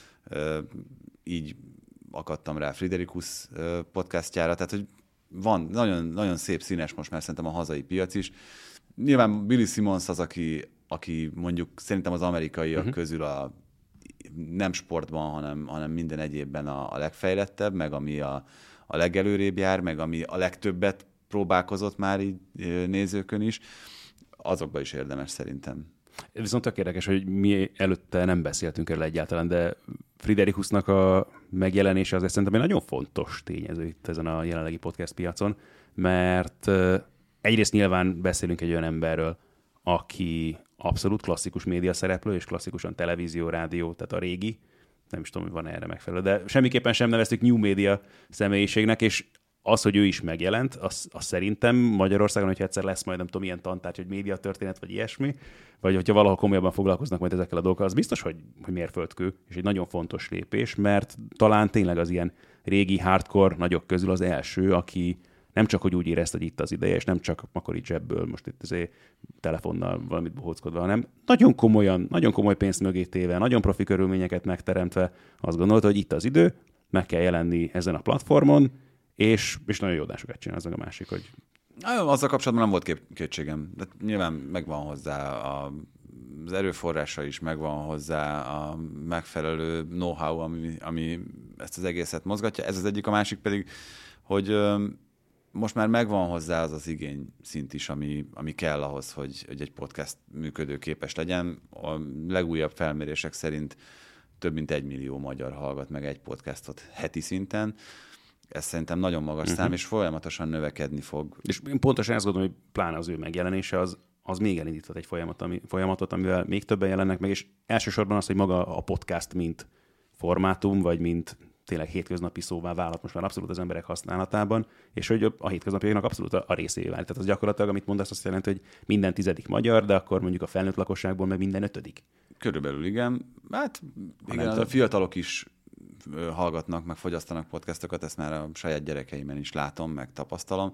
Így akadtam rá Friderikus podcastjára, tehát hogy van, nagyon, nagyon szép színes most már szerintem a hazai piac is. Nyilván Billy Simmons az, aki, aki mondjuk szerintem az amerikaiak uh-huh. közül a nem sportban, hanem, hanem minden egyébben a, a legfejlettebb, meg ami a, a legelőrébb jár, meg ami a legtöbbet próbálkozott már így nézőkön is, azokba is érdemes szerintem. Viszont tök érdekes, hogy mi előtte nem beszéltünk erről egyáltalán, de Friderikusnak a megjelenése azért szerintem egy nagyon fontos tényező itt ezen a jelenlegi podcast piacon, mert egyrészt nyilván beszélünk egy olyan emberről, aki abszolút klasszikus média szereplő, és klasszikusan televízió, rádió, tehát a régi, nem is tudom, hogy van erre megfelelő, de semmiképpen sem neveztük new media személyiségnek, és az, hogy ő is megjelent, az, az szerintem Magyarországon, hogyha egyszer lesz majd nem tudom, ilyen tantárgy, hogy médiatörténet, vagy ilyesmi, vagy hogyha valahol komolyabban foglalkoznak majd ezekkel a dolgokkal, az biztos, hogy, hogy mérföldkő, és egy nagyon fontos lépés, mert talán tényleg az ilyen régi hardcore nagyok közül az első, aki nem csak, hogy úgy érezte, hogy itt az ideje, és nem csak akkor így zsebből, most itt azért telefonnal valamit bohóckodva, hanem nagyon komolyan, nagyon komoly pénzt mögé téve, nagyon profi körülményeket megteremtve azt gondolta, hogy itt az idő, meg kell jelenni ezen a platformon, és, és nagyon jó adásokat csinál, az a másik, hogy... Azzal kapcsolatban nem volt kép- kétségem. De nyilván megvan hozzá a, az erőforrása is, megvan hozzá a megfelelő know-how, ami, ami ezt az egészet mozgatja. Ez az egyik, a másik pedig, hogy most már megvan hozzá az az igény szint is, ami, ami kell ahhoz, hogy, hogy egy podcast működőképes legyen. A legújabb felmérések szerint több mint egy millió magyar hallgat meg egy podcastot heti szinten. Ez szerintem nagyon magas uh-huh. szám, és folyamatosan növekedni fog. És én pontosan ezt gondolom, hogy pláne az ő megjelenése az, az még elindított egy folyamat, ami, folyamatot, amivel még többen jelennek meg, és elsősorban az, hogy maga a podcast, mint formátum, vagy mint tényleg hétköznapi szóvá vált most már abszolút az emberek használatában, és hogy a hétköznapjainak abszolút a részévé vált. Tehát az gyakorlatilag, amit mondasz, azt jelenti, hogy minden tizedik magyar, de akkor mondjuk a felnőtt lakosságból meg minden ötödik. Körülbelül igen. Hát igen, a fiatalok is hallgatnak, meg fogyasztanak podcastokat, ezt már a saját gyerekeimen is látom, meg tapasztalom.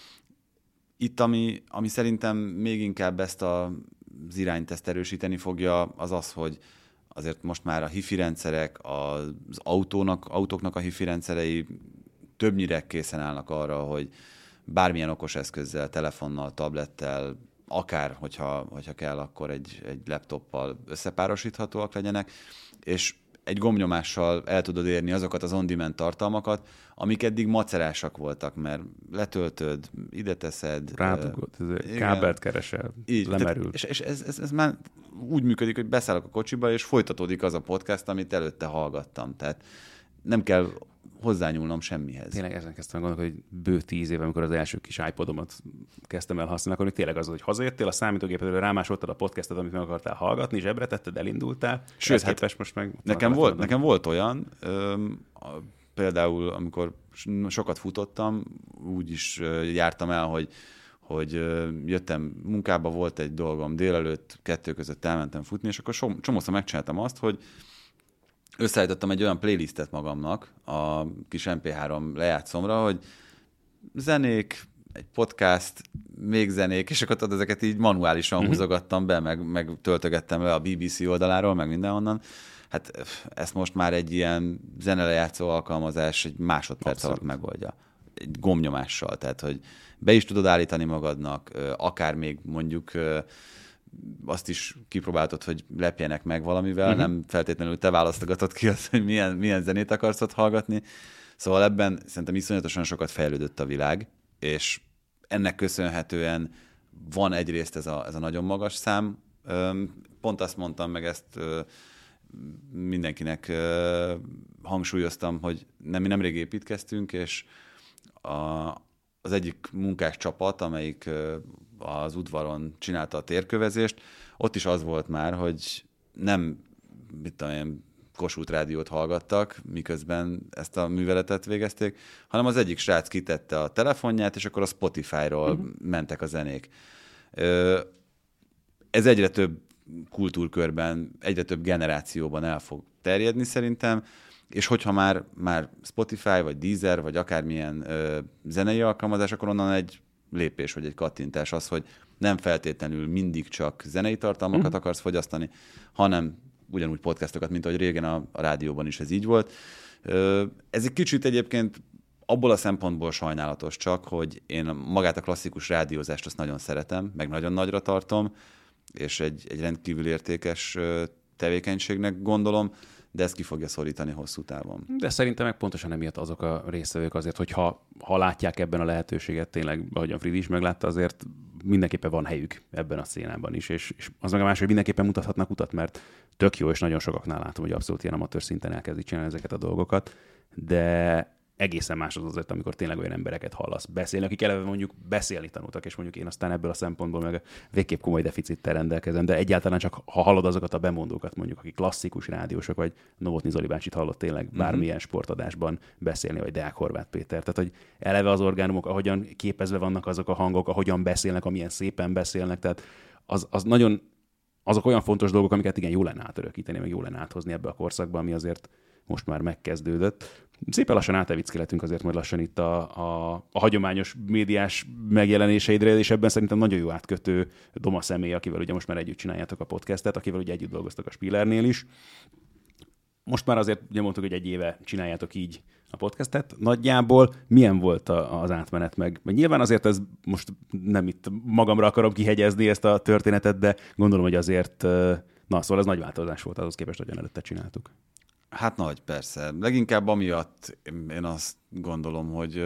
Itt, ami, ami szerintem még inkább ezt a, az irányt ezt erősíteni fogja, az az, hogy azért most már a hifi rendszerek, az autónak, autóknak a hifi rendszerei többnyire készen állnak arra, hogy bármilyen okos eszközzel, telefonnal, tablettel, akár, hogyha, hogyha kell, akkor egy, egy laptoppal összepárosíthatóak legyenek, és egy gombnyomással el tudod érni azokat az on-demand tartalmakat, amik eddig macerásak voltak, mert letöltöd, ide teszed. Rádugod, kábelt keresel, így, lemerül. Tehát, és és ez, ez, ez már úgy működik, hogy beszállok a kocsiba, és folytatódik az a podcast, amit előtte hallgattam. Tehát nem kell hozzányúlnom semmihez. Tényleg ezen kezdtem gondolni, hogy bő tíz éve, amikor az első kis iPodomat kezdtem el használni, akkor tényleg az, hogy hazajöttél a számítógépedre, rámásoltad a podcastet, amit meg akartál hallgatni, zsebre tetted, elindultál. Sőt, hát képest most meg... Nekem volt, nekem volt olyan, öm, a, például amikor sokat futottam, úgy is jártam el, hogy hogy jöttem munkába, volt egy dolgom délelőtt, kettő között elmentem futni, és akkor csomószor megcsináltam azt, hogy összeállítottam egy olyan playlistet magamnak a kis em pé három lejátszomra, hogy zenék, egy podcast, még zenék, és akkor tudod, ezeket így manuálisan uh-huh. húzogattam be, meg, meg töltögettem le a bé bé cé oldaláról, meg mindenhonnan. Hát ezt most már egy ilyen zenelejátszó alkalmazás egy másodperc Abszolút. alatt megoldja. egy gombnyomással, tehát hogy be is tudod állítani magadnak, akár még mondjuk azt is kipróbáltad, hogy lepjenek meg valamivel, uh-huh. nem feltétlenül te választogatod ki azt, hogy milyen, milyen zenét akarsz ott hallgatni. Szóval ebben szerintem iszonyatosan sokat fejlődött a világ, és ennek köszönhetően van egyrészt ez a, ez a nagyon magas szám. Pont azt mondtam, meg ezt mindenkinek hangsúlyoztam, hogy nem, mi nemrég építkeztünk, és a, az egyik munkás csapat, amelyik az udvaron csinálta a térkövezést, ott is az volt már, hogy nem, mit tudom én, Kossuth rádiót hallgattak, miközben ezt a műveletet végezték, hanem az egyik srác kitette a telefonját, és akkor a Spotify-ról uh-huh. mentek a zenék. Ez egyre több kultúrkörben, egyre több generációban el fog terjedni szerintem, és hogyha már, már Spotify, vagy Deezer, vagy akármilyen ö, zenei alkalmazás, akkor onnan egy lépés, vagy egy kattintás az, hogy nem feltétlenül mindig csak zenei tartalmakat uh-huh. akarsz fogyasztani, hanem ugyanúgy podcastokat, mint ahogy régen a, a rádióban is ez így volt. Ö, ez egy kicsit egyébként abból a szempontból sajnálatos csak, hogy én magát a klasszikus rádiózást azt nagyon szeretem, meg nagyon nagyra tartom, és egy, egy rendkívül értékes tevékenységnek gondolom, de ezt ki fogja szorítani hosszú távon. De szerintem meg pontosan emiatt azok a résztvevők azért, hogy ha, ha látják ebben a lehetőséget, tényleg, ahogyan Fridi is meglátta, azért mindenképpen van helyük ebben a szénában is, és, és az meg a más, hogy mindenképpen mutathatnak utat, mert tök jó, és nagyon sokaknál látom, hogy abszolút ilyen amatőr szinten elkezdik csinálni ezeket a dolgokat, de egészen más az azért, amikor tényleg olyan embereket hallasz beszélni, akik eleve mondjuk beszélni tanultak, és mondjuk én aztán ebből a szempontból meg végképp komoly deficittel rendelkezem, de egyáltalán csak ha hallod azokat a bemondókat, mondjuk, akik klasszikus rádiósok, vagy Novotny Zoli bácsit hallott tényleg bármilyen uh-huh. sportadásban beszélni, vagy Deák Horváth Péter. Tehát, hogy eleve az orgánumok, ahogyan képezve vannak azok a hangok, ahogyan beszélnek, amilyen szépen beszélnek, tehát az, az nagyon, azok olyan fontos dolgok, amiket igen, jó lenne átörökíteni, meg jó lenne áthozni ebbe a korszakba, ami azért most már megkezdődött. Szépen lassan átevickelhetünk azért majd lassan itt a, a, a hagyományos médiás megjelenéseidre, és ebben szerintem nagyon jó átkötő Doma személy, akivel ugye most már együtt csináljátok a podcastet, akivel ugye együtt dolgoztak a Spillernél is. Most már azért ugye mondtuk, hogy egy éve csináljátok így a podcastet. Nagyjából milyen volt a, az átmenet meg? Mert nyilván azért ez most nem itt magamra akarom kihegyezni ezt a történetet, de gondolom, hogy azért, na szóval ez nagy változás volt ahhoz képest, hogyan előtte csináltuk. Hát nagy, persze. Leginkább amiatt én azt gondolom, hogy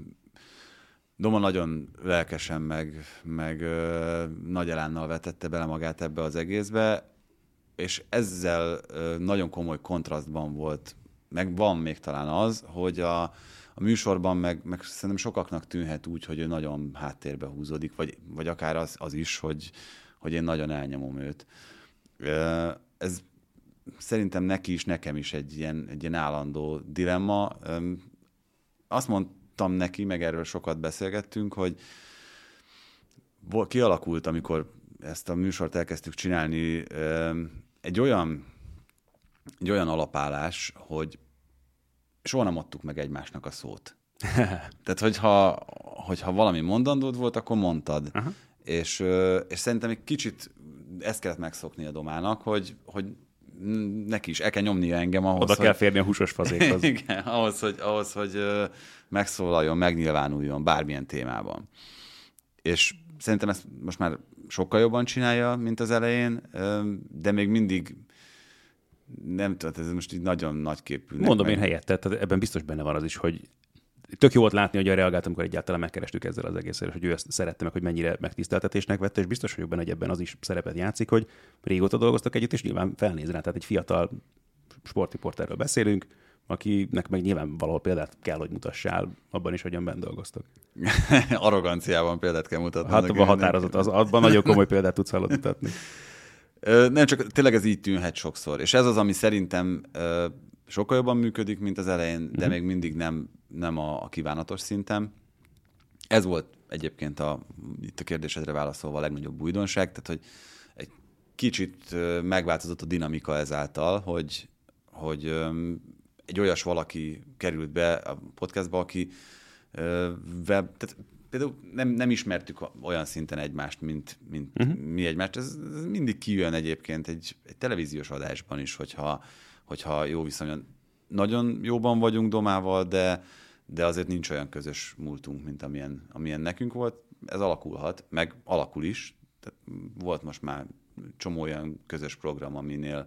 Doma nagyon lelkesen, meg, meg nagy elánnal vetette bele magát ebbe az egészbe, és ezzel nagyon komoly kontrasztban volt, meg van még talán az, hogy a, a műsorban meg, meg szerintem sokaknak tűnhet úgy, hogy ő nagyon háttérbe húzódik, vagy, vagy akár az, az is, hogy, hogy én nagyon elnyomom őt. Ez szerintem neki is, nekem is egy ilyen, egy ilyen állandó dilemma. Azt mondtam neki, meg erről sokat beszélgettünk, hogy kialakult, amikor ezt a műsort elkezdtük csinálni, egy olyan, egy olyan alapállás, hogy soha nem adtuk meg egymásnak a szót. Tehát, hogyha, hogyha valami mondandód volt, akkor mondtad. Uh-huh. És, és szerintem egy kicsit ezt kellett megszokni a Domának, hogy, hogy neki is el kell nyomnia engem ahhoz, Oda hogy... kell férni a húsos fazékhoz. Igen, ahhoz, hogy, ahhoz, hogy megszólaljon, megnyilvánuljon bármilyen témában. És szerintem ezt most már sokkal jobban csinálja, mint az elején, de még mindig nem tudom, ez most így nagyon nagyképű. Mondom meg... én helyette, tehát ebben biztos benne van az is, hogy tök jó volt látni, hogy a reagált, amikor egyáltalán megkerestük ezzel az egészre, hogy ő ezt szerette meg, hogy mennyire megtiszteltetésnek vette, és biztos vagyok benne, hogy ebben az is szerepet játszik, hogy régóta dolgoztak együtt, és nyilván felnéz rá. Tehát egy fiatal sportriporterről beszélünk, akinek meg nyilván valahol példát kell, hogy mutassál abban is, hogyan bent dolgoztak. Arroganciában példát kell mutatni. Hát abban határozott, az, abban nagyon komoly példát tudsz hallani mutatni. Nem, csak tényleg ez így tűnhet sokszor. És ez az, ami szerintem sokkal jobban működik, mint az elején, de mm. még mindig nem, nem a, a kívánatos szinten. Ez volt egyébként a, itt a kérdésedre válaszolva a legnagyobb újdonság, tehát hogy egy kicsit megváltozott a dinamika ezáltal, hogy, hogy egy olyas valaki került be a podcastba, aki web, tehát például nem, nem ismertük olyan szinten egymást, mint, mint uh-huh. mi egymást. Ez, ez mindig kijön egyébként egy, egy televíziós adásban is, hogyha, hogyha jó viszonyan. Nagyon jóban vagyunk Domával, de, de azért nincs olyan közös múltunk, mint amilyen, amilyen nekünk volt. Ez alakulhat, meg alakul is. Tehát volt most már csomó olyan közös program, aminél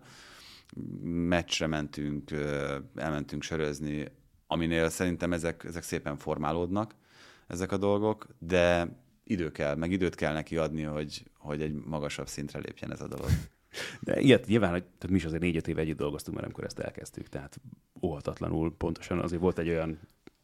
meccsre mentünk, elmentünk sörözni, aminél szerintem ezek, ezek szépen formálódnak, ezek a dolgok, de idő kell, meg időt kell neki adni, hogy, hogy egy magasabb szintre lépjen ez a dolog. De ilyet nyilván, hogy tehát mi is azért négy-öt éve együtt dolgoztunk, mert amikor ezt elkezdtük, tehát óhatatlanul pontosan azért volt egy olyan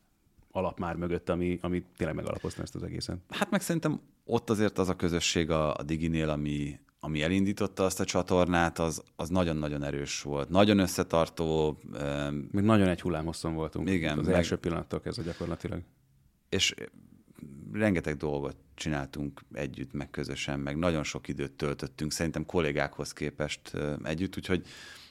alap már mögött, ami, ami tényleg megalapozta ezt az egészen. Hát meg szerintem ott azért az a közösség a, a Diginél, ami, ami elindította azt a csatornát, az, az nagyon-nagyon erős volt. Nagyon összetartó. Még nagyon egy hullámhosszon voltunk. Igen. Az meg... első pillanattól kezdve gyakorlatilag. És rengeteg dolgot csináltunk együtt, meg közösen, meg nagyon sok időt töltöttünk, szerintem kollégákhoz képest együtt, úgyhogy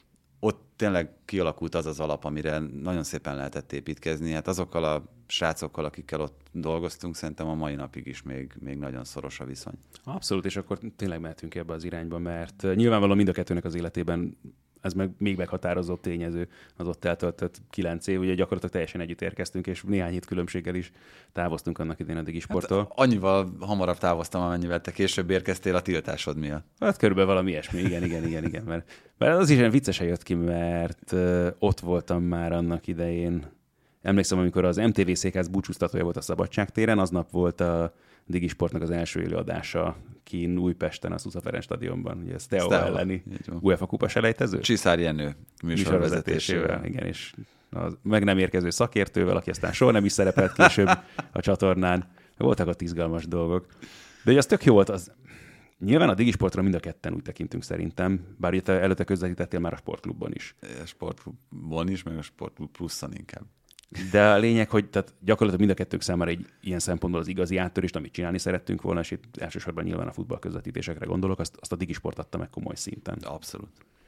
ott tényleg kialakult az az alap, amire nagyon szépen lehetett építkezni. Hát azokkal a srácokkal, akikkel ott dolgoztunk, szerintem a mai napig is még, még nagyon szoros a viszony. Abszolút, és akkor tényleg mehetünk ebbe az irányba, mert nyilvánvalóan mind a kettőnek az életében ez meg még meghatározó tényező az ott eltöltött kilenc év, ugye gyakorlatilag teljesen együtt érkeztünk, és néhány hét különbséggel is távoztunk annak idén a Digisporttól. Hát annyival hamarabb távoztam, amennyivel te később érkeztél a tiltásod miatt. Hát körülbelül valami ilyesmi, igen, igen, igen, igen. Mert, mert az is ilyen viccesen jött ki, mert uh, ott voltam már annak idején. Emlékszem, amikor az em té vé Székház búcsúztatója volt a Szabadságtéren, aznap volt a Digisportnak az első élőadása kín Újpesten, a Szusza Ferenc stadionban. Ugye ez Steaua elleni UEFA kupa selejtező. Csiszár Jenő műsorvezetésével. Igen, és az meg nem érkező szakértővel, aki aztán soha nem is szerepelt később a csatornán. Voltak ott izgalmas dolgok. De ugye az tök jó volt, az nyilván a Digisportra mind a ketten úgy tekintünk szerintem, bár ugye te előtte közvetítettél már a Sportklubban is. A Sportklubban is, meg a Sportklub pluszon inkább. De a lényeg, hogy tehát gyakorlatilag mind a kettőnk számára egy ilyen szempontból az igazi áttörést, amit csinálni szerettünk volna, és itt elsősorban nyilván a futball közvetítésekre gondolok, azt, azt a Digisport adta meg komoly szinten. Abszolút.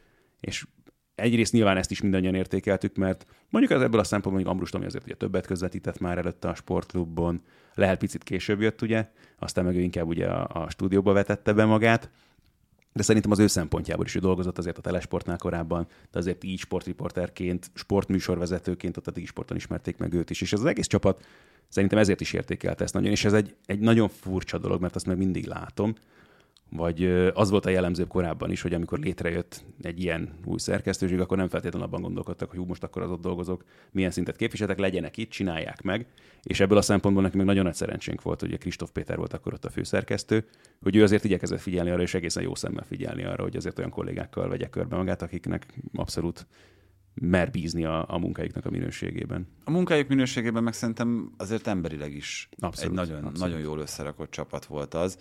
És egyrészt nyilván ezt is mindannyian értékeltük, mert mondjuk az ebből a szempontból, mondjuk Ambrust, ami azért ugye többet közvetített már előtte a Sportklubban, Lehel picit később jött, ugye, aztán meg ő inkább ugye a, a stúdióba vetette be magát, de szerintem az ő szempontjából is ő dolgozott azért a Telesportnál korábban, de azért így sportriporterként, sportműsorvezetőként ott a Digisporton ismerték meg őt is, és ez az egész csapat szerintem ezért is értékelte ezt nagyon, és ez egy, egy nagyon furcsa dolog, mert azt meg mindig látom, vagy az volt a jellemzőbb korábban is, hogy amikor létrejött egy ilyen új szerkesztőség, akkor nem feltétlenül abban gondolkodtak, hogy hú, most akkor az ott dolgozók milyen szintet képviseltek, legyenek itt, csinálják meg, és ebből a szempontból neki meg nagyon nagy szerencsénk volt, hogy Kristóf Péter volt akkor ott a főszerkesztő, hogy ő azért igyekezett figyelni arra, és egészen jó szemmel figyelni arra, hogy azért olyan kollégákkal vegye körbe magát, akiknek abszolút mer bízni a, a munkáiknak a minőségében. A munkájuk minőségében meg szerintem azért emberileg is abszolút, egy nagyon, abszolút. nagyon jól összerakott csapat volt az.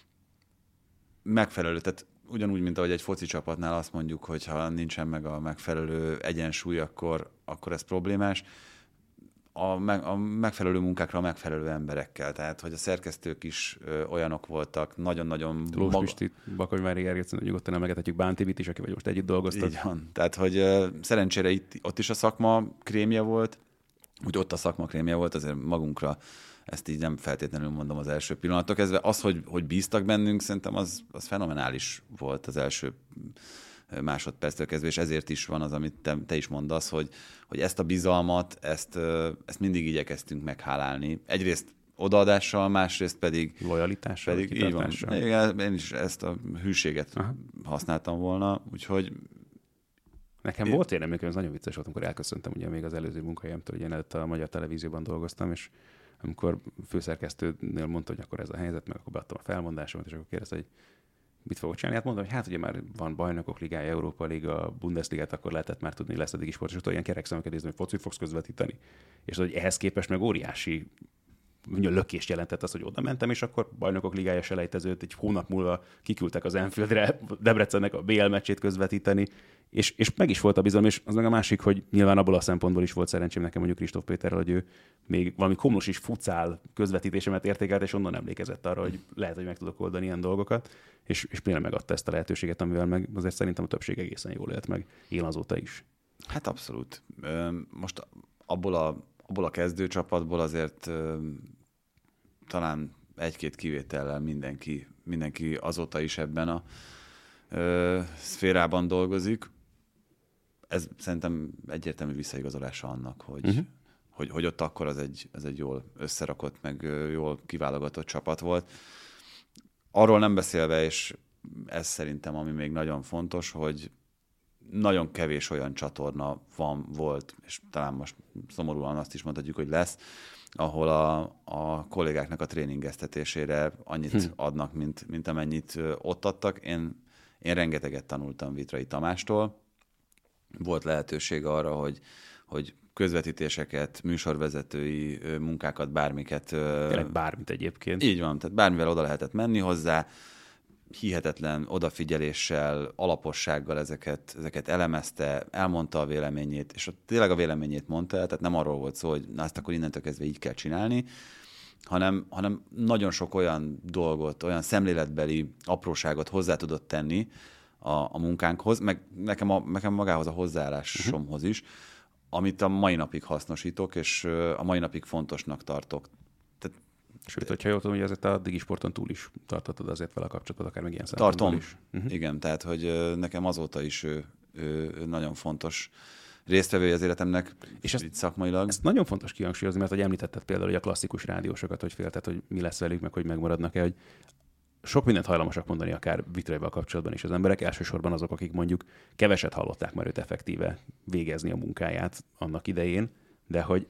Megfelelő, tehát ugyanúgy, mint ahogy egy foci csapatnál azt mondjuk, hogy ha nincsen meg a megfelelő egyensúly, akkor, akkor ez problémás. A, meg, a megfelelő munkákra a megfelelő emberekkel, tehát hogy a szerkesztők is ö, olyanok voltak, nagyon-nagyon... Lós maga... Pisti, Bakonyvári Gergelyt, nyugodtan emlegethetjük Bántivit is, akivel most együtt dolgoztak. Így van. Tehát, hogy ö, szerencsére itt, ott is a szakma krémje volt, úgy ott a szakma krémje volt, azért magunkra ezt így nem feltétlenül mondom az első pillanattól kezdve. Az, hogy, hogy bíztak bennünk, szerintem az, az fenomenális volt az első másodperctől kezdve, és ezért is van az, amit te, te is mondasz, hogy, hogy ezt a bizalmat, ezt, ezt mindig igyekeztünk meghálálni. Egyrészt odaadással, másrészt pedig... Lojalitással, pedig így van. Igen, én is ezt a hűséget Aha. használtam volna, úgyhogy... Nekem én... volt én emlékem, ez nagyon vicces volt, amikor elköszöntem ugye még az előző munkahelyemtől, ugye én előtte a Magyar Televízióban dolgoztam, és amikor főszerkesztőnél mondta, hogy akkor ez a helyzet, meg akkor beadtam a felmondásomat, és akkor kérdezte, hogy mit fogok csinálni? Hát mondom, hogy hát ugye már van Bajnokok Ligája, Európa Liga, Bundesligát, akkor lehetett már tudni, lesz a Digisport, és ott olyan kerekszemeket nézni, hogy focit fogsz közvetíteni. És hogy ehhez képest meg óriási lökést jelentett az, hogy oda mentem, és akkor Bajnokok Ligája selejtezőt egy hónap múlva kiküldtek az Anfieldre, Debrecennek a bé el meccsét közvetíteni, és, és meg is volt a bizalom, és az meg a másik, hogy nyilván abból a szempontból is volt szerencsém nekem mondjuk Kristóf Péterrel, hogy ő még valami komlós is futszál közvetítésemet értékelt, és onnan emlékezett arra, hogy lehet, hogy meg tudok oldani ilyen dolgokat, és, és például megadta ezt a lehetőséget, amivel meg azért szerintem a többség egészen jól élt meg, él azóta is. Hát abszolút. Most abból a, abból a kezdőcsapatból azért talán egy-két kivétellel mindenki, mindenki azóta is ebben a ö, szférában dolgozik. Ez szerintem egyértelmű visszaigazolása annak, hogy, uh-huh. hogy, hogy ott akkor az egy, az egy jól összerakott, meg jól kiválogatott csapat volt. Arról nem beszélve, és ez szerintem, ami még nagyon fontos, hogy nagyon kevés olyan csatorna van, volt, és talán most szomorúan azt is mondhatjuk, hogy lesz, ahol a, a kollégáknak a tréningeztetésére annyit hm. adnak, mint, mint amennyit ott adtak. Én, én rengeteget tanultam Vitrai Tamástól. Volt lehetőség arra, hogy, hogy közvetítéseket, műsorvezetői munkákat, bármiket... Tényleg bármit egyébként. Így van, tehát bármivel oda lehetett menni hozzá, hihetetlen odafigyeléssel, alapossággal ezeket, ezeket elemezte, elmondta a véleményét, és ott tényleg a véleményét mondta el, tehát nem arról volt szó, hogy na ezt akkor innentől kezdve így kell csinálni, hanem, hanem nagyon sok olyan dolgot, olyan szemléletbeli apróságot hozzá tudott tenni a, a munkánkhoz, meg nekem, a, nekem magához a hozzáállásomhoz is, amit a mai napig hasznosítok, és a mai napig fontosnak tartok. Tehát Sőt, hogyha jól tudom, hogy azért a Digisporton túl is tartottad azért vele a kapcsolatot, akár meg ilyen szempontból Tartom, is. Uh-huh. igen, tehát hogy nekem azóta is ő, ő nagyon fontos résztvevője az életemnek, és ezt, szakmailag. Ezt nagyon fontos kihangsúlyozni, mert hogy említetted például hogy a klasszikus rádiósokat, hogy félted, hogy mi lesz velük, meg hogy megmaradnak-e, hogy sok mindent hajlamosak mondani akár Vitraival kapcsolatban is az emberek, elsősorban azok, akik mondjuk keveset hallották már őt effektíve végezni a munkáját annak idején, de hogy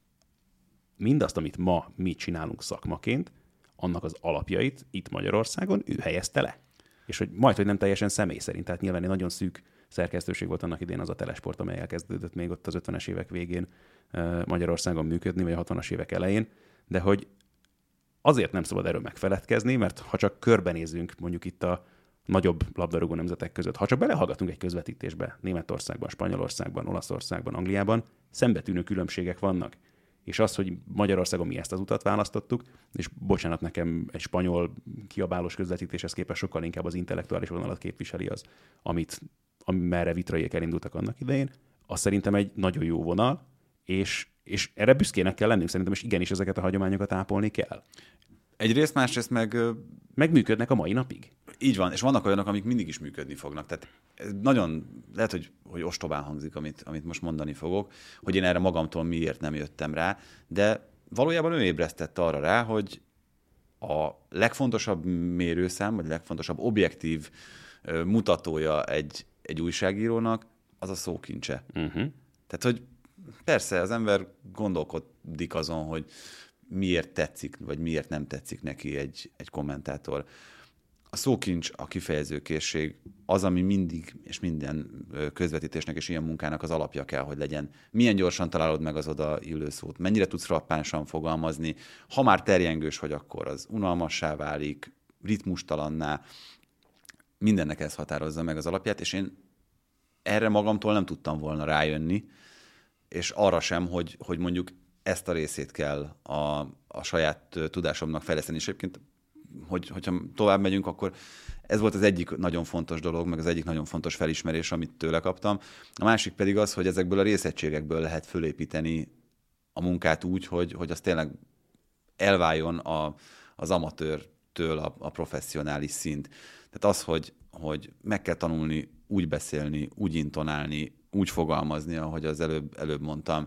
mindazt, amit ma mi csinálunk szakmaként, annak az alapjait itt Magyarországon ő helyezte le. És hogy majd, hogy nem teljesen személy szerint, tehát nyilván egy nagyon szűk szerkesztőség volt annak idén az a Telesport, amely elkezdődött még ott az ötvenes évek végén Magyarországon működni, vagy a hatvanas évek elején, de hogy azért nem szabad erről megfeledkezni, mert ha csak körbenézünk mondjuk itt a nagyobb labdarúgó nemzetek között, ha csak belehallgatunk egy közvetítésbe Németországban, Spanyolországban, Olaszországban, Angliában, szembetűnő különbségek vannak. És az, hogy Magyarországon mi ezt az utat választottuk, és bocsánat, nekem egy spanyol kiabálós közvetítéshez képest sokkal inkább az intellektuális vonalat képviseli az, amit, amerre Vitraiék elindultak annak idején, az szerintem egy nagyon jó vonal, és, és erre büszkének kell lennünk szerintem, és igenis ezeket a hagyományokat ápolni kell. Egyrészt, másrészt meg... Megműködnek a mai napig. Így van, és vannak olyanok, amik mindig is működni fognak. Tehát ez nagyon, lehet, hogy, hogy ostobán hangzik, amit, amit most mondani fogok, hogy én erre magamtól miért nem jöttem rá, de valójában ő ébresztette arra rá, hogy a legfontosabb mérőszám, vagy a legfontosabb objektív mutatója egy, egy újságírónak az a szókincse. Uh-huh. Tehát, hogy persze az ember gondolkodik azon, hogy miért tetszik, vagy miért nem tetszik neki egy, egy kommentátor. A szókincs, a kifejezőkészség az, ami mindig és minden közvetítésnek és ilyen munkának az alapja kell, hogy legyen. Milyen gyorsan találod meg az oda illő szót, mennyire tudsz frappánsan fogalmazni. Ha már terjengős vagy, akkor az unalmassá válik, ritmustalanná. Mindennek ez határozza meg az alapját, és én erre magamtól nem tudtam volna rájönni, és arra sem, hogy, hogy mondjuk ezt a részét kell a, a saját tudásomnak fejleszteni. És egyébként, hogy, hogyha tovább megyünk, akkor ez volt az egyik nagyon fontos dolog, meg az egyik nagyon fontos felismerés, amit tőle kaptam. A másik pedig az, hogy ezekből a részegységekből lehet fölépíteni a munkát úgy, hogy, hogy az tényleg elváljon a, az amatőrtől a, a professzionális szint. Tehát az, hogy, hogy meg kell tanulni úgy beszélni, úgy intonálni, úgy fogalmazni, ahogy az előbb, előbb mondtam.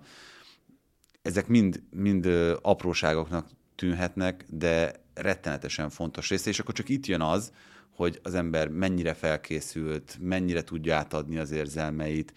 Ezek mind, mind apróságoknak tűnhetnek, de rettenetesen fontos része, és akkor csak itt jön az, hogy az ember mennyire felkészült, mennyire tudja átadni az érzelmeit.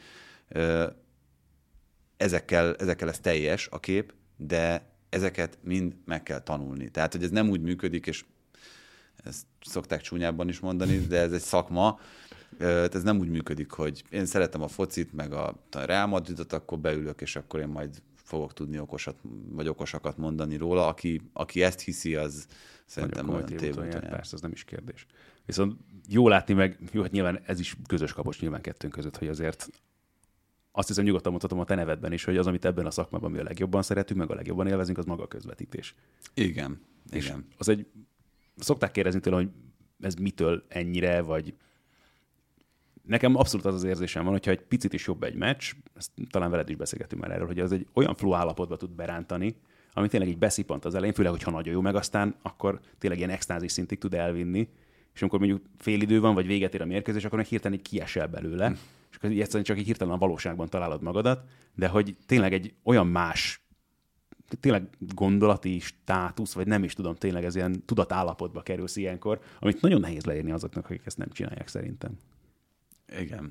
Ezekkel, ezekkel ez teljes a kép, de ezeket mind meg kell tanulni. Tehát, hogy ez nem úgy működik, és ezt szokták csúnyábban is mondani, de ez egy szakma, ez nem úgy működik, hogy én szeretem a focit, meg a Real Madridot, akkor beülök, és akkor én majd fogok tudni okosat, vagy okosakat mondani róla. Aki, aki ezt hiszi, az szerintem nagyon tévúton jár. Persze, az nem is kérdés. Viszont jó látni meg, jó, hát nyilván ez is közös kapocs nyilván kettőnk között, hogy azért azt hiszem nyugodtan mondhatom a te nevedben is, hogy az, amit ebben a szakmában mi a legjobban szeretünk, meg a legjobban élvezünk, az maga a közvetítés. Igen, és igen. Az egy, szokták kérdezni tőle, hogy ez mitől ennyire, vagy nekem abszolút az az érzésem van, hogyha egy picit is jobb egy meccs, ezt talán veled is beszélgetünk már erről, hogy az egy olyan flow állapotba tud berántani, ami tényleg így beszippant az elején, főleg, hogyha nagyon jó, meg aztán akkor tényleg ilyen extázis szintig tud elvinni, és amikor mondjuk fél idő van, vagy véget ér a mérkőzés, akkor meg hirtelen így kiesel belőle, hm. és akkor egyszerűen csak így hirtelen a valóságban találod magadat, de hogy tényleg egy olyan más tényleg gondolati státusz, vagy nem is tudom, tényleg ez ilyen tudatállapotba kerülsz ilyenkor, amit nagyon nehéz leírni azoknak, akik ezt nem csinálják szerintem. Igen.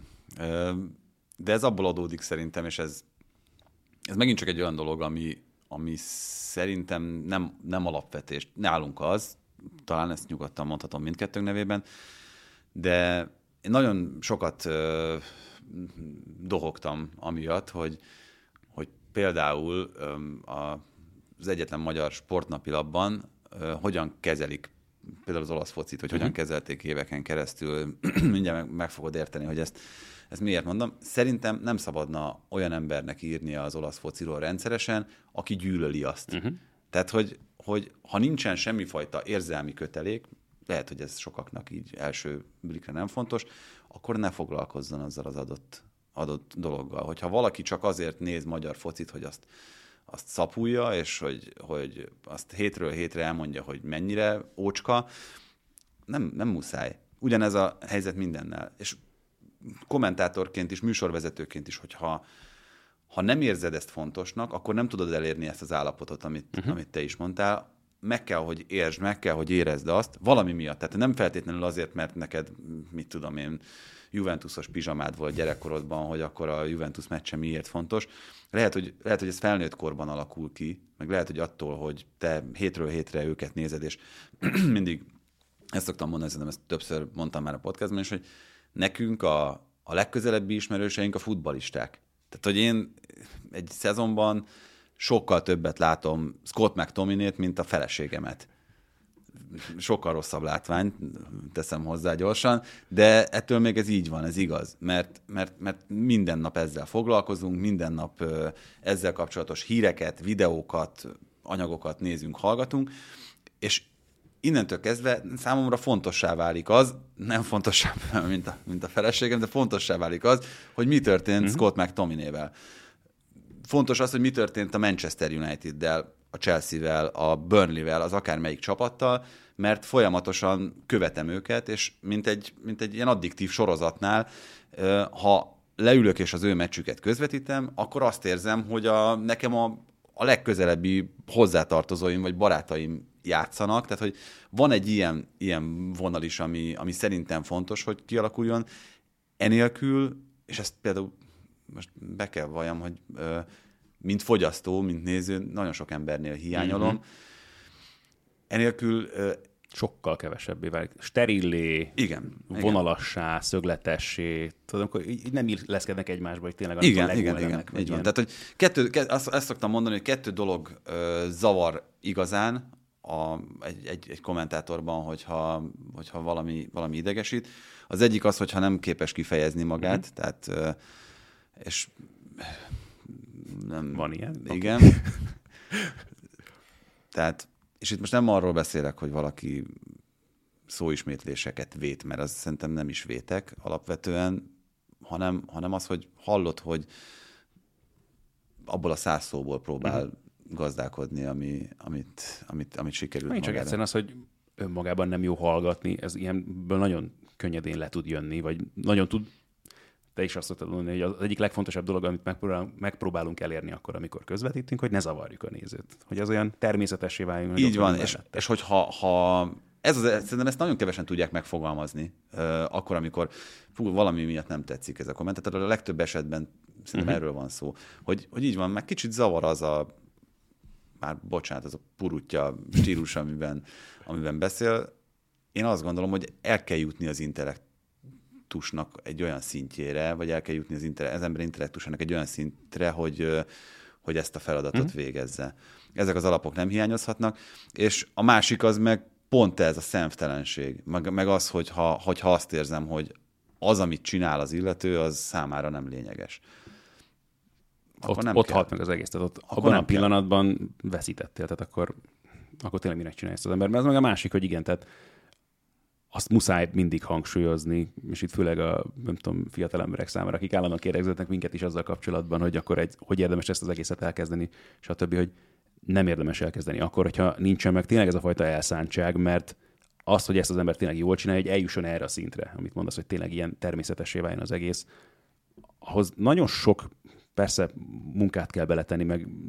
De ez abból adódik szerintem, és ez, ez megint csak egy olyan dolog, ami, ami szerintem nem, nem alapvetés. Nálunk az, talán ezt nyugodtan mondhatom mindkettőnk nevében, de én nagyon sokat ö, dohogtam amiatt, hogy, hogy például ö, a, az egyetlen magyar sportnapilapban ö, hogyan kezelik például az olasz focit, hogy hogyan uh-huh. kezelték éveken keresztül. Mindjárt meg, meg fogod érteni, hogy ezt, ezt miért mondom. Szerintem nem szabadna olyan embernek írnia az olasz fociról rendszeresen, aki gyűlöli azt. Uh-huh. Tehát, hogy, hogy ha nincsen semmifajta érzelmi kötelék, lehet, hogy ez sokaknak így első blikre nem fontos, akkor ne foglalkozzon azzal az adott, adott dologgal. Hogyha valaki csak azért néz magyar focit, hogy azt, azt szapulja, és hogy, hogy azt hétről hétre elmondja, hogy mennyire ócska, nem, nem muszáj. Ugyanez a helyzet mindennel. És kommentátorként is, műsorvezetőként is, hogyha ha nem érzed ezt fontosnak, akkor nem tudod elérni ezt az állapotot, amit, uh-huh. amit te is mondtál. Meg kell, hogy értsd, meg kell, hogy érezd azt valami miatt. Tehát nem feltétlenül azért, mert neked, mit tudom én, Juventusos pizsamád volt gyerekkorodban, hogy akkor a Juventus meccse miért fontos. Lehet, hogy, lehet, hogy ez felnőtt korban alakul ki, meg lehet, hogy attól, hogy te hétről hétre őket nézed, és mindig ezt szoktam mondani, szerintem ezt többször mondtam már a podcastban is, hogy nekünk a, a legközelebbi ismerőseink a futballisták. Tehát, hogy én egy szezonban sokkal többet látom Scott McTominayt, mint a feleségemet. Sokkal rosszabb látvány, teszem hozzá gyorsan, de ettől még ez így van, ez igaz, mert, mert, mert minden nap ezzel foglalkozunk, minden nap ezzel kapcsolatos híreket, videókat, anyagokat nézünk, hallgatunk, és innentől kezdve számomra fontossá válik az, nem fontossá, mint a, mint a feleségem, de fontossá válik az, hogy mi történt mm-hmm. Scott McTominayvel. Fontos az, hogy mi történt a Manchester United-del, a Chelsea-vel, a Burnley-vel, az akármelyik csapattal, mert folyamatosan követem őket, és mint egy, mint egy ilyen addiktív sorozatnál, ha leülök és az ő meccsüket közvetítem, akkor azt érzem, hogy a, nekem a, a legközelebbi hozzátartozóim vagy barátaim játszanak, tehát hogy van egy ilyen, ilyen vonal is, ami, ami szerintem fontos, hogy kialakuljon. Enélkül, és ezt például most be kell valljam, hogy ö, mint fogyasztó, mint néző, nagyon sok embernél hiányolom. Mm-hmm. Enélkül ö, sokkal kevesebbé válik. Sterillé, igen, vonalassá, igen. szögletessé, tudom, akkor így nem illeszkednek egymásba, hogy tényleg igen, a igen, igen, így van. Tehát, hogy kettő, kettő, azt, azt szoktam mondani, hogy kettő dolog ö, zavar igazán a, egy, egy, egy kommentátorban, hogyha, hogyha valami, valami idegesít. Az egyik az, hogyha nem képes kifejezni magát, mm-hmm. tehát ö, és nem... Van ilyen? Igen. Okay. Tehát, és itt most nem arról beszélek, hogy valaki szóismétléseket vét, mert az szerintem nem is vétek alapvetően, hanem, hanem az, hogy hallod, hogy abból a száz szóból próbál uh-huh. gazdálkodni, ami, amit, amit, amit sikerült magára. Csak egyszerűen az, hogy önmagában nem jó hallgatni, ez ilyenből nagyon könnyedén le tud jönni, vagy nagyon tud. Te is azt szoktad mondani, hogy az egyik legfontosabb dolog, amit megpróbálunk, megpróbálunk elérni akkor, amikor közvetítünk, hogy ne zavarjuk a nézőt. Hogy az olyan természetessé váljunk. Így van, és, és hogy ha, ha ez az, szerintem ezt nagyon kevesen tudják megfogalmazni, uh, akkor, amikor fú, valami miatt nem tetszik ez a komment. Tehát a legtöbb esetben szerintem uh-huh. erről van szó. Hogy, hogy így van, meg kicsit zavar az a, már bocsánat, az a purutya stílus, amiben, amiben beszél. Én azt gondolom, hogy el kell jutni az intellekt egy olyan szintjére, vagy el kell jutni az, inter- az ember intellektusának egy olyan szintre, hogy, hogy ezt a feladatot mm. végezze. Ezek az alapok nem hiányozhatnak, és a másik az meg pont ez a szemtelenség, meg, meg az, hogyha, hogyha azt érzem, hogy az, amit csinál az illető, az számára nem lényeges. Akkor ott nem ott halt meg az egész, tehát ott abban a pillanatban kell. Veszítettél, tehát akkor, akkor tényleg minek csinálja ezt az ember. Mert ez meg a másik, hogy igen, tehát azt muszáj mindig hangsúlyozni, és itt főleg a, nem tudom, fiatal emberek számára, akik állandóan kérdezgetnek minket is azzal kapcsolatban, hogy akkor egy, hogy érdemes ezt az egészet elkezdeni, stb., hogy nem érdemes elkezdeni akkor, hogyha nincsen meg tényleg ez a fajta elszántság, mert az, hogy ezt az ember tényleg jól csinálja, hogy eljusson erre a szintre, amit mondasz, hogy tényleg ilyen természetessé váljon az egész, ahhoz nagyon sok, persze munkát kell beletenni, meg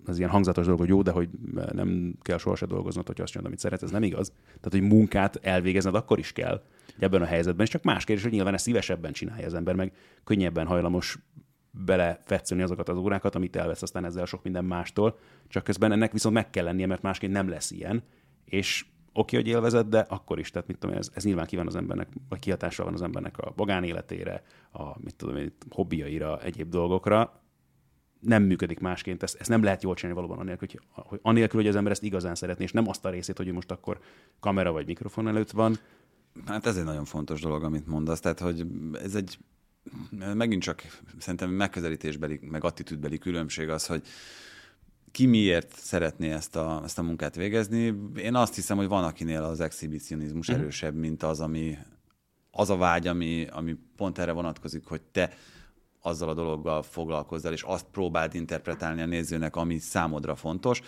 az ilyen hangzatos dolog, hogy jó, de hogy nem kell sohasem dolgoznod, hogy azt csinálod, amit szeretsz, ez nem igaz. Tehát, hogy munkát elvégezned akkor is kell ebben a helyzetben, és csak más kérdés, hogy nyilván ezt szívesebben csinálja az ember, meg könnyebben hajlamos belefetszölni azokat az órákat, amit elvesz aztán ezzel sok minden mástól, csak közben ennek viszont meg kell lennie, mert másként nem lesz ilyen, és oké, hogy élvezed, de akkor is, tehát mit tudom, ez, ez nyilván kíván az embernek, vagy kihatással van az embernek a magánéletére, a mit tudom én, hobbiaira, egyéb dolgokra. Nem működik másként, ezt, ezt nem lehet jól csinálni valóban anélkül, hogy, hogy, anélkül, hogy az ember ezt igazán szeretné, és nem azt a részét, hogy most akkor kamera vagy mikrofon előtt van. Hát ez egy nagyon fontos dolog, amit mondasz, tehát hogy ez egy megint csak szerintem megközelítésbeli, meg attitűdbeli különbség az, hogy ki miért szeretné ezt a, ezt a munkát végezni. Én azt hiszem, hogy van, akinél az exhibicionizmus mm. erősebb, mint az, ami, az a vágy, ami, ami pont erre vonatkozik, hogy te azzal a dologgal foglalkozzál, és azt próbáld interpretálni a nézőnek, ami számodra fontos.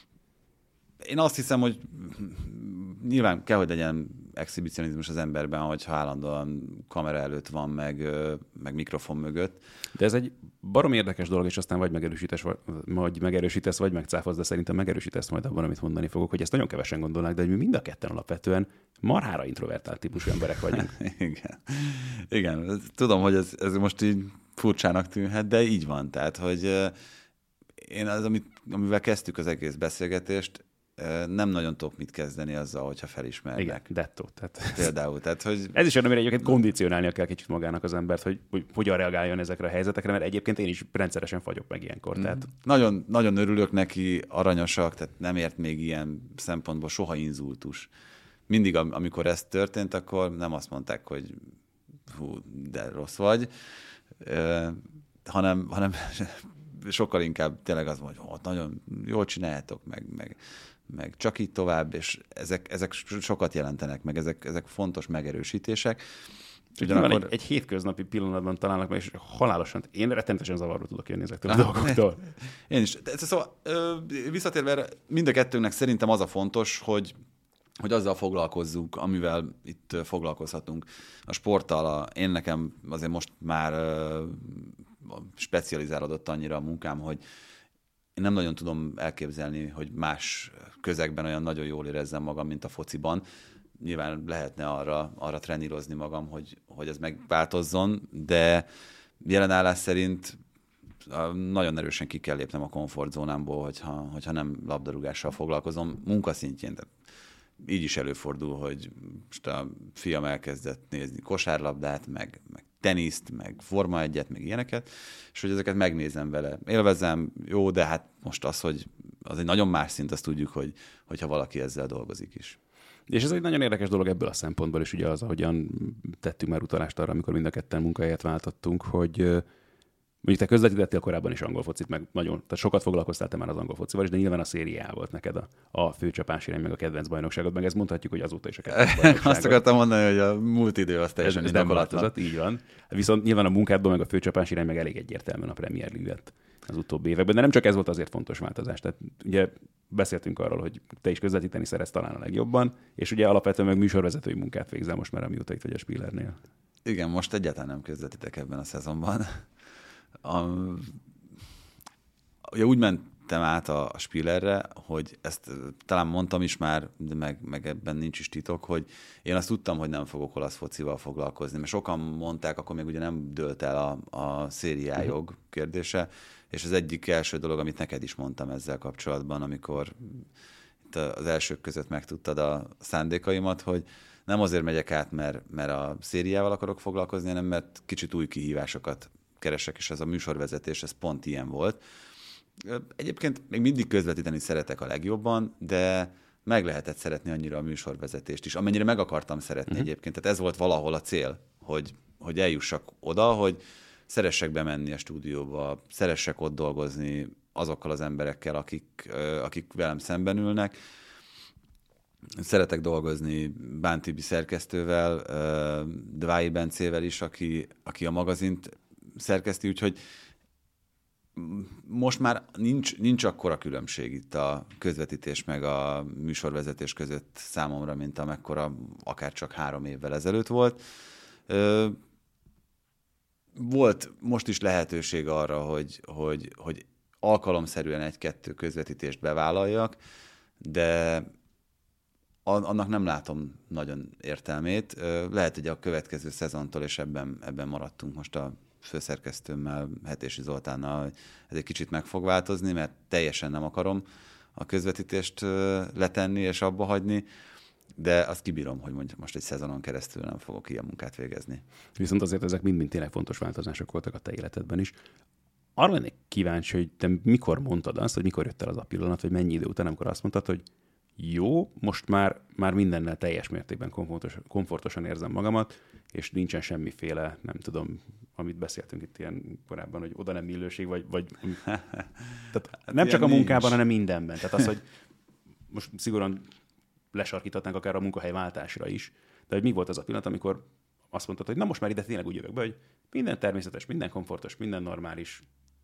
Én azt hiszem, hogy nyilván kell, hogy legyen exhibicionizmus az emberben, hogyha állandóan kamera előtt van, meg, meg mikrofon mögött. De ez egy barom érdekes dolog, és aztán vagy megerősítesz, vagy megerősítesz, vagy megcáfolsz, de szerintem megerősítesz majd abban, amit mondani fogok, hogy ezt nagyon kevesen gondolnák, de hogy mi mind a ketten alapvetően marhára introvertált típusú emberek vagyunk. Igen. Igen, tudom, hogy ez, ez most így furcsának tűnhet, de így van. Tehát, hogy én az, amit, amivel kezdtük az egész beszélgetést, nem nagyon tudok mit kezdeni azzal, hogyha felismernek. Igen, dettó. Tehát például. Tehát, hogy... Ez is olyan, amire egyébként kondicionálnia kell kicsit magának az embert, hogy, hogy hogyan reagáljon ezekre a helyzetekre, mert egyébként én is rendszeresen fagyok meg ilyenkor. Mm. Tehát... Nagyon, nagyon örülök neki, aranyosak, tehát nem ért még ilyen szempontból soha inzultus. Mindig, amikor ez történt, akkor nem azt mondták, hogy hú, de rossz vagy, uh, hanem, hanem sokkal inkább tényleg az, hogy oh, nagyon jól csináljátok, meg, meg, meg csak így tovább, és ezek, ezek sokat jelentenek, meg ezek, ezek fontos megerősítések. Ugyanakkor... Egy, egy hétköznapi pillanatban találnak meg, és halálosan, én rettenetesen zavarba tudok jönni ezektől a dolgoktól. Én is. Szóval visszatérve erre, mind a kettőnknek szerintem az a fontos, hogy hogy azzal foglalkozzunk, amivel itt foglalkozhatunk. A sporttal, a, én nekem azért most már uh, specializálódott annyira a munkám, hogy én nem nagyon tudom elképzelni, hogy más közegben olyan nagyon jól érezzem magam, mint a fociban. Nyilván lehetne arra, arra trenírozni magam, hogy, hogy ez megváltozzon, de jelenállás szerint nagyon erősen ki kell lépnem a komfortzónámból, hogyha, hogyha nem labdarúgással foglalkozom munkaszintjén. Tehát így is előfordul, hogy most a fiam elkezdett nézni kosárlabdát, meg, meg teniszt, meg Forma egyet, meg ilyeneket, és hogy ezeket megnézem vele. Élvezem, jó, de hát most az, hogy az egy nagyon más szint, azt tudjuk, hogy, hogyha valaki ezzel dolgozik is. És ez egy nagyon érdekes dolog ebből a szempontból is, ugye az, ahogyan tettünk már utalást arra, amikor mind a ketten munkahelyet váltottunk, hogy mondjuk te közvetítettél korábban is angol focit, meg nagyon, tehát sokat foglalkoztál te már az angol focival is, de nyilván a szériá volt neked a, a főcsapás irány, meg a kedvenc bajnokságod, meg ezt mondhatjuk, hogy azóta is a kedvenc bajnokságod. Azt akartam mondani, hogy a múlt idő az teljesen ez, ez nem változott, így van. Viszont nyilván a munkádban, meg a főcsapás irány meg elég egyértelműen a Premier League lett az utóbbi években, de nem csak ez volt azért fontos változás. Tehát ugye beszéltünk arról, hogy te is közvetíteni szeretsz talán a legjobban, és ugye alapvetően meg műsorvezetői munkát végzel most már, amióta itt vagy a Spillernél. Igen, most egyáltalán nem közvetítek ebben a szezonban. A, ugye úgy mentem át a, a Spillerre, hogy ezt talán mondtam is már, de meg, meg ebben nincs is titok, hogy én azt tudtam, hogy nem fogok olasz focival foglalkozni, mert sokan mondták, akkor még ugye nem dőlt el a, a szériájog kérdése, és az egyik első dolog, amit neked is mondtam ezzel kapcsolatban, amikor itt az elsők között megtudtad a szándékaimat, hogy nem azért megyek át, mert, mert a szériával akarok foglalkozni, hanem mert kicsit új kihívásokat keresek, és ez a műsorvezetés, ez pont ilyen volt. Egyébként még mindig közvetíteni szeretek a legjobban, de meg lehetett szeretni annyira a műsorvezetést is, amennyire meg akartam szeretni uh-huh. egyébként. Tehát ez volt valahol a cél, hogy, hogy eljussak oda, hogy szeressek bemenni a stúdióba, szeressek ott dolgozni azokkal az emberekkel, akik, akik velem szemben ülnek. Szeretek dolgozni Bán Tibi szerkesztővel, Dvái Bencével is, aki, aki a magazint szerkeszti, úgyhogy most már nincs, nincs akkora különbség itt a közvetítés meg a műsorvezetés között számomra, mint amekkora akár csak három évvel ezelőtt volt. Volt most is lehetőség arra, hogy, hogy, hogy alkalomszerűen egy-kettő közvetítést bevállaljak, de annak nem látom nagyon értelmét. Lehet, hogy a következő szezontól, és ebben, ebben maradtunk most a főszerkesztőmmel, Hetési Zoltánnal, hogy ez egy kicsit meg fog változni, mert teljesen nem akarom a közvetítést letenni és abba hagyni, de azt kibírom, hogy mondjuk most egy szezonon keresztül nem fogok ilyen munkát végezni. Viszont azért ezek mind-mind tényleg fontos változások voltak a te életedben is. Arra lennék kíváncsi, hogy te mikor mondtad azt, hogy mikor jött el az a pillanat, vagy mennyi idő után, amikor azt mondtad, hogy jó, most már, már mindennel teljes mértékben komfortos, komfortosan érzem magamat, és nincsen semmiféle, nem tudom, amit beszéltünk itt ilyen korábban, hogy oda nem illőség, vagy, vagy tehát hát nem csak a munkában, nincs. hanem mindenben. Tehát az, hogy most szigorúan lesarkíthatnánk akár a munkahelyváltásra is, de hogy mi volt az a pillanat, amikor azt mondtad, hogy na most már ide tényleg úgy jövök be, hogy minden természetes, minden komfortos, minden normális.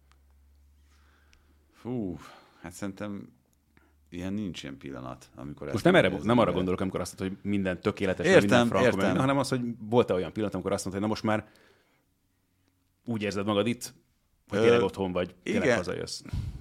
Fú, hát szerintem ilyen nincs ilyen pillanat, amikor... Most nem, erre, nem arra gondolok, amikor azt mondod, hogy minden tökéletes, értem, minden frankó, értem. hanem az, hogy volt-e olyan pillanat, amikor azt mondtad, hogy na most már úgy érzed magad itt, hogy tényleg Ö, otthon vagy, tényleg igen. hazajössz.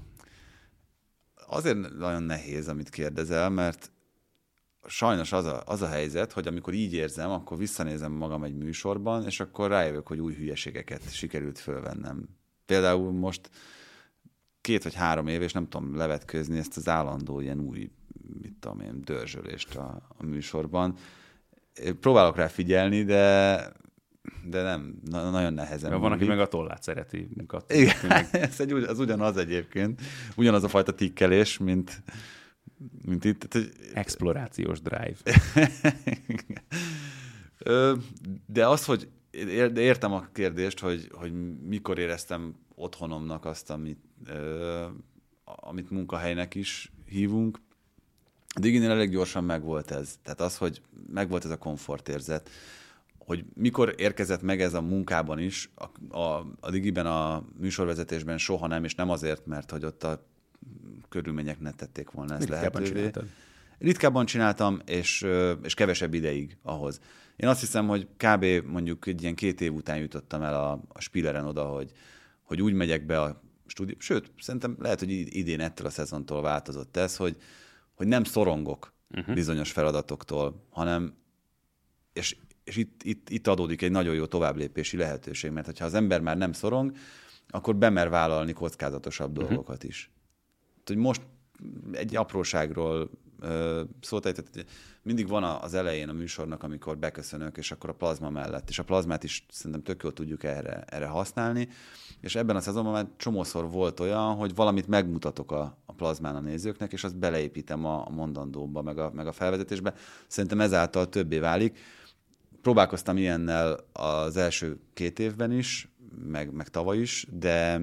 Azért nagyon nehéz, amit kérdezel, mert sajnos az a, az a helyzet, hogy amikor így érzem, akkor visszanézem magam egy műsorban, és akkor rájövök, hogy új hülyeségeket sikerült fölvennem. Például most két vagy három év, és nem tudom levetkőzni ezt az állandó ilyen új, mit tudom én, dörzsölést a, a műsorban. Próbálok rá figyelni, de, de nem, na, nagyon nehezen. Van, van, aki meg a tollát szereti. Kat, igen, meg... ez egy, az ugyanaz egyébként. Ugyanaz a fajta tikkelés, mint, mint itt. Explorációs drive. De az, hogy értem a kérdést, hogy, hogy mikor éreztem otthonomnak azt, amit, amit munkahelynek is hívunk. A Diginél elég gyorsan megvolt ez. Tehát az, hogy megvolt ez a komfortérzet, hogy mikor érkezett meg ez a munkában is, a, a, a Digiben, a műsorvezetésben soha nem, és nem azért, mert hogy ott a körülmények ne tették volna ezt Ritkábban lehetővé. Csináltad. Ritkábban csináltam, és, és kevesebb ideig ahhoz. Én azt hiszem, hogy kb. Mondjuk egy ilyen két év után jutottam el a, a Spilleren oda, hogy, hogy úgy megyek be a stúdió. Sőt, szerintem lehet, hogy idén ettől a szezontól változott ez, hogy, hogy nem szorongok uh-huh. bizonyos feladatoktól, hanem, és, és itt, itt, itt adódik egy nagyon jó továbblépési lehetőség, mert ha az ember már nem szorong, akkor bemer vállalni kockázatosabb uh-huh. dolgokat is. Hogy most egy apróságról szólt, tehát mindig van az elején a műsornak, amikor beköszönök, és akkor a plazma mellett, és a plazmát is szerintem tök jól tudjuk erre, erre használni, és ebben a szezonban már csomószor volt olyan, hogy valamit megmutatok a, a plazmán a nézőknek, és azt beleépítem a, a mondandóba, meg a, meg a felvezetésbe. Szerintem ezáltal többé válik. Próbálkoztam ilyennel az első két évben is, meg, meg tavaly is, de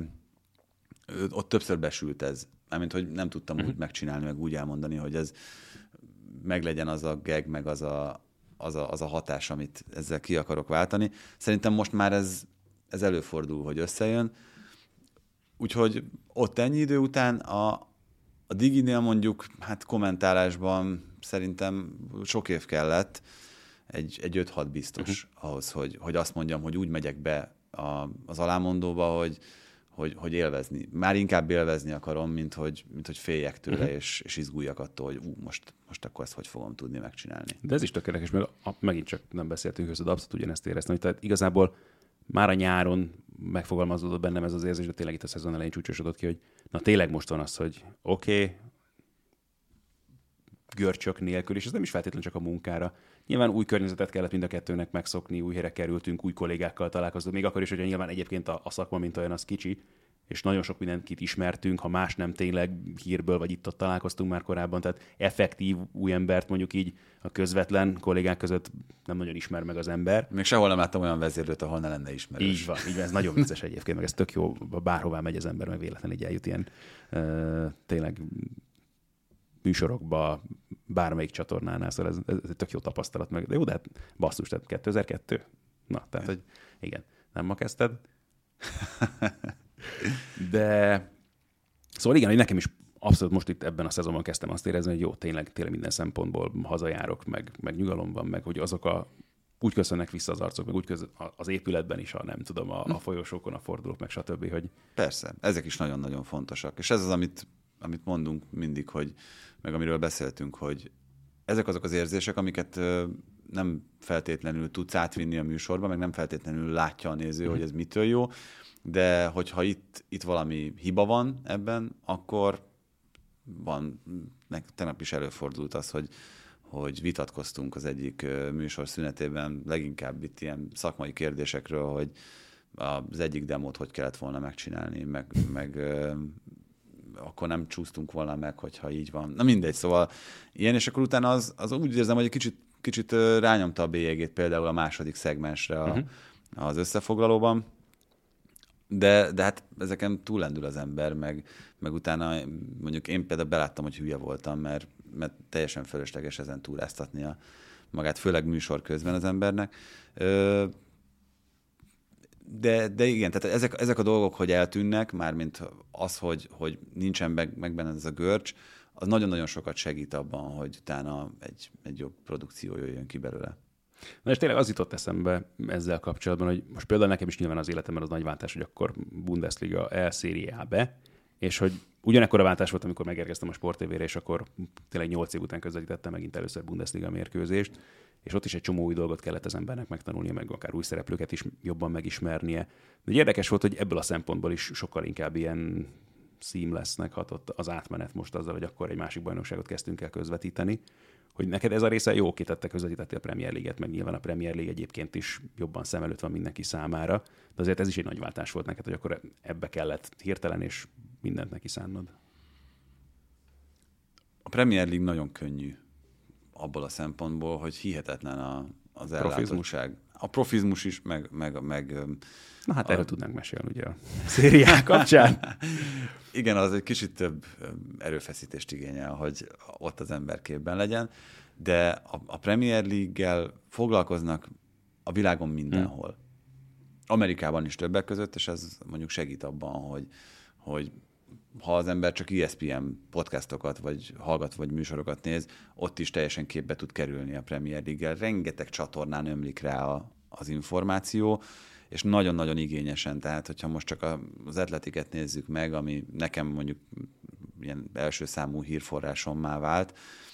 ott többször besült ez. Mármint, hogy nem tudtam uh-huh. úgy megcsinálni, meg úgy elmondani, hogy ez meglegyen az a gag, meg az a, az a, az a hatás, amit ezzel ki akarok váltani. Szerintem most már ez, ez előfordul, hogy összejön. Úgyhogy ott ennyi idő után a, a Diginél mondjuk hát kommentálásban szerintem sok év kellett, egy, egy öt-hat biztos uh-huh. ahhoz, hogy, hogy azt mondjam, hogy úgy megyek be a, az alámondóba, hogy Hogy, hogy élvezni. Már inkább élvezni akarom, mint hogy, mint hogy féljek tőle, uh-huh. és, és izguljak attól, hogy ú, most, most akkor ezt hogy fogom tudni megcsinálni. De ez is tökéletes, mert megint csak nem beszéltünk össze, de abszolút ugyanezt éreztem, hogy tehát igazából már a nyáron megfogalmazódott bennem ez az érzés, de tényleg itt a szezon elején csúcsosodott ki, hogy na tényleg most van az, hogy oké, okay, görcsök nélkül, és ez nem is feltétlenül csak a munkára. Nyilván új környezetet kellett mind a kettőnek megszokni, új helyre kerültünk, új kollégákkal találkoztunk, még akkor is, hogyha nyilván egyébként a, a szakma, mint olyan, az kicsi, és nagyon sok mindenkit ismertünk, ha más nem tényleg hírből, vagy itt-ott találkoztunk már korábban, tehát effektív új embert mondjuk így a közvetlen kollégák között nem nagyon ismer meg az ember. Még sehol nem láttam olyan vezérlőt, ahol ne lenne ismerős. Így van, így van, ez nagyon vicces egyébként, meg ez tök jó, bárhová megy az ember, meg véletlenül így eljut ilyen uh, tényleg műsorokba, bármelyik csatornánál, szóval ez, ez egy tök jó tapasztalat meg. De jó, de hát basszus, tehát kétezer-kettő? Na, tehát, hogy igen, nem ma kezdted. De szóval igen, hogy nekem is abszolút most itt ebben a szezonban kezdtem azt érezni, hogy jó, tényleg, tényleg minden szempontból hazajárok, meg, meg nyugalom van, meg hogy azok a úgy köszönnek vissza az arcok, meg úgy köz, az épületben is, a nem tudom, a, a folyosókon, a fordulók, meg stb. Hogy... Persze, ezek is nagyon-nagyon fontosak. És ez az, amit, amit mondunk mindig, hogy, meg amiről beszéltünk, hogy ezek azok az érzések, amiket nem feltétlenül tudsz átvinni a műsorba, meg nem feltétlenül látja a néző, mm. hogy ez mitől jó, de hogyha itt, itt valami hiba van ebben, akkor van, tegnap is előfordult az, hogy, hogy vitatkoztunk az egyik műsor szünetében, leginkább itt ilyen szakmai kérdésekről, hogy az egyik demót hogy kellett volna megcsinálni, meg, meg akkor nem csúsztunk volna meg, hogyha így van. Na mindegy, szóval ilyen, és akkor utána az, az úgy érzem, hogy egy kicsit, kicsit rányomta a bélyegét például a második szegmensre a, uh-huh. az összefoglalóban, de, de hát ezeken túllendül az ember, meg, meg utána mondjuk én például beláttam, hogy hülye voltam, mert, mert teljesen fölösleges ezen túráztatnia magát, főleg műsor közben az embernek. De, de igen, tehát ezek, ezek a dolgok, hogy eltűnnek, mármint az, hogy, hogy nincsen meg, meg benne ez a görcs, az nagyon-nagyon sokat segít abban, hogy utána egy, egy jobb produkció jöjjön ki belőle. Na és tényleg az jutott eszembe ezzel kapcsolatban, hogy most például nekem is nyilván az életemben az nagy váltás, hogy akkor Bundesliga el Serie A be, és hogy ugyanekkor a váltás volt, amikor megérkeztem a Sport té vére, és akkor tényleg nyolc év után közvetítettem megint először Bundesliga mérkőzést, és ott is egy csomó új dolgot kellett az embernek megtanulnia, meg akár új szereplőket is jobban megismernie. De érdekes volt, hogy ebből a szempontból is sokkal inkább ilyen seamlessnek hatott az átmenet most azzal, hogy akkor egy másik bajnokságot kezdtünk el közvetíteni. Hogy neked ez a része jó, kitette közvetítettél a Premier League-et, meg nyilván a Premier League egyébként is jobban szem előtt van mindenki számára, de azért ez is egy nagy váltás volt neked, hogy akkor ebbe kellett hirtelen és mindent neki szánnod. A Premier League nagyon könnyű abból a szempontból, hogy hihetetlen a, az ellátottság. A profizmus is, meg... meg, meg Na hát a... erről tudnánk mesélni ugye a szériák kapcsán. Igen, az egy kicsit több erőfeszítést igényel, hogy ott az ember képben legyen, de a, a Premier League-gel foglalkoznak a világon mindenhol. Hmm. Amerikában is többek között, és ez mondjuk segít abban, hogy, hogy ha az ember csak E S P N podcastokat, vagy hallgat, vagy műsorokat néz, ott is teljesen képbe tud kerülni a Premier League-gel. Rengeteg csatornán ömlik rá a, az információ, és nagyon-nagyon igényesen, tehát hogyha most csak az Atletiket nézzük meg, ami nekem mondjuk ilyen első számú hírforrásommá vált,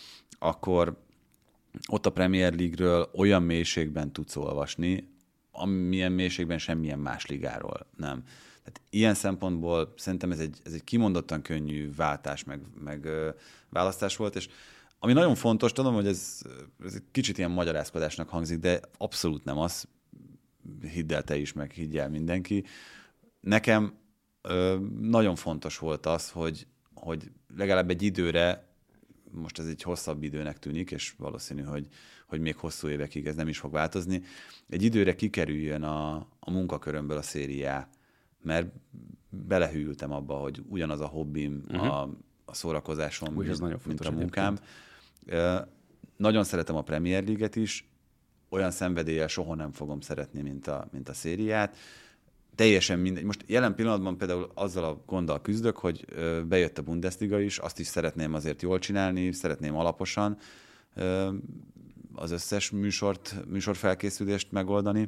akkor ott a Premier League-ről olyan mélységben tudsz olvasni, amilyen mélységben semmilyen más ligáról nem. Tehát ilyen szempontból szerintem ez egy, ez egy kimondottan könnyű váltás, meg, meg ö, választás volt, és ami nagyon fontos, tudom, hogy ez, ez egy kicsit ilyen magyarázkodásnak hangzik, de abszolút nem az, hidd el te is, meg higgy el mindenki. Nekem ö, nagyon fontos volt az, hogy, hogy legalább egy időre, most ez egy hosszabb időnek tűnik, és valószínű, hogy, hogy még hosszú évekig ez nem is fog változni, egy időre kikerüljön a, a munkakörömből a Serie A, mert belehűltem abba, hogy ugyanaz a hobbim, uh-huh. a, a szórakozásom, Úgy, mint, mint a munkám. Ö, nagyon szeretem a Premier League-et is, olyan szenvedéllyel soha nem fogom szeretni, mint a, mint a szériát. Teljesen mindegy. Most jelen pillanatban például azzal a gonddal küzdök, hogy ö, bejött a Bundesliga is, azt is szeretném azért jól csinálni, szeretném alaposan ö, az összes műsort, műsorfelkészülést megoldani,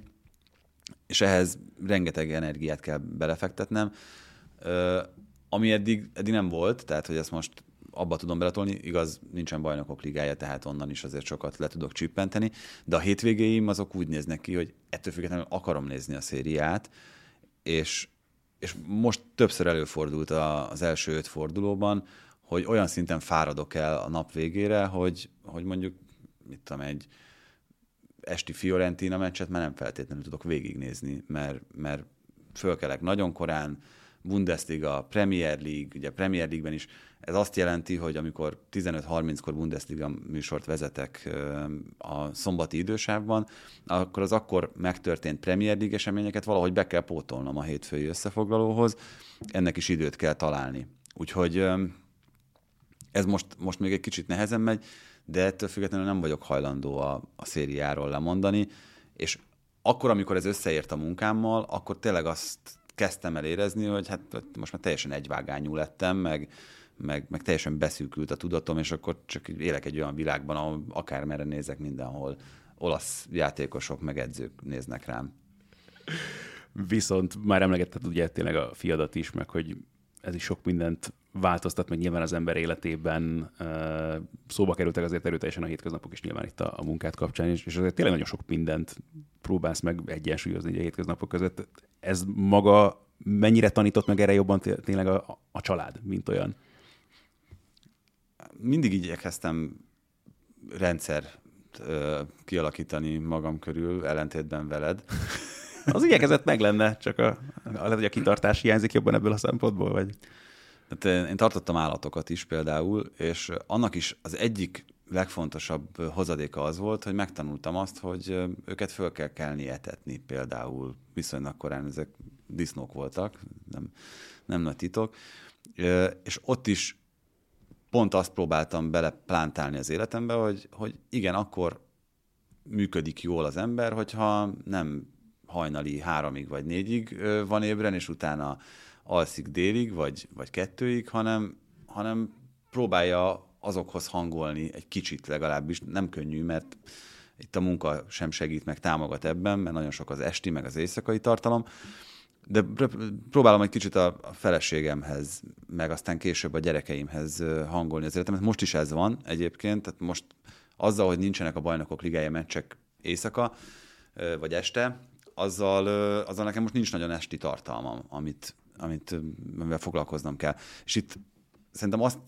és ehhez rengeteg energiát kell belefektetnem, ö, ami eddig, eddig nem volt, tehát hogy ezt most abba tudom beletolni, igaz, nincsen bajnokok ligája, tehát onnan is azért sokat le tudok csippenteni, de a hétvégéim azok úgy néznek ki, hogy ettől függetlenül akarom nézni a szériát, és, és most többször előfordult az első öt fordulóban, hogy olyan szinten fáradok el a nap végére, hogy, hogy mondjuk, mit tudom, egy esti Fiorentina meccset már nem feltétlenül tudok végignézni, mert, mert fölkelek nagyon korán, Bundesliga, Premier League, ugye Premier League-ben is, ez azt jelenti, hogy amikor tizenöt harminckor Bundesliga műsort vezetek a szombati idősávban, akkor az akkor megtörtént Premier League eseményeket valahogy be kell pótolnom a hétfői összefoglalóhoz, ennek is időt kell találni. Úgyhogy ez most, most még egy kicsit nehezen megy, de ettől függetlenül nem vagyok hajlandó a, a szériáról lemondani, és akkor, amikor ez összeért a munkámmal, akkor tényleg azt kezdtem el érezni, hogy hát most már teljesen egyvágányú lettem, meg, meg, meg teljesen beszűkült a tudatom, és akkor csak élek egy olyan világban, ahol akármerre nézek, mindenhol olasz játékosok meg edzők néznek rám. Viszont már emlegetted ugye tényleg a fiadat is, meg hogy ez is sok mindent változtat, meg nyilván az ember életében uh, szóba kerültek azért erőteljesen a hétköznapok is nyilván itt a, a munkát kapcsán, és, és azért tényleg nagyon sok mindent próbálsz meg egyensúlyozni a hétköznapok között. Ez maga mennyire tanított meg erre jobban tényleg a, a család, mint olyan? Mindig igyekeztem rendszer uh, kialakítani magam körül, ellentétben veled. Az igyekezett meg lenne, csak a, lehet, hogy a kitartás hiányzik jobban ebből a szempontból, vagy? Hát én tartottam állatokat is például, és annak is az egyik legfontosabb hozadéka az volt, hogy megtanultam azt, hogy őket föl kell kelni etetni például. Viszonylag korán ezek disznók voltak, nem, nem nagy titok. És ott is pont azt próbáltam beleplántálni az életembe, hogy, hogy igen, akkor működik jól az ember, hogyha nem hajnali háromig vagy négyig van ébren, és utána alszik délig, vagy, vagy kettőig, hanem, hanem próbálja azokhoz hangolni egy kicsit legalábbis. Nem könnyű, mert itt a munka sem segít, meg támogat ebben, mert nagyon sok az esti, meg az éjszakai tartalom, de próbálom egy kicsit a feleségemhez, meg aztán később a gyerekeimhez hangolni az életemet. Most is ez van egyébként, tehát most azzal, hogy nincsenek a bajnokok ligája meccsek éjszaka, vagy este, azzal, azzal nekem most nincs nagyon esti tartalmam, amit, amit, amivel foglalkoznom kell. És itt szerintem azt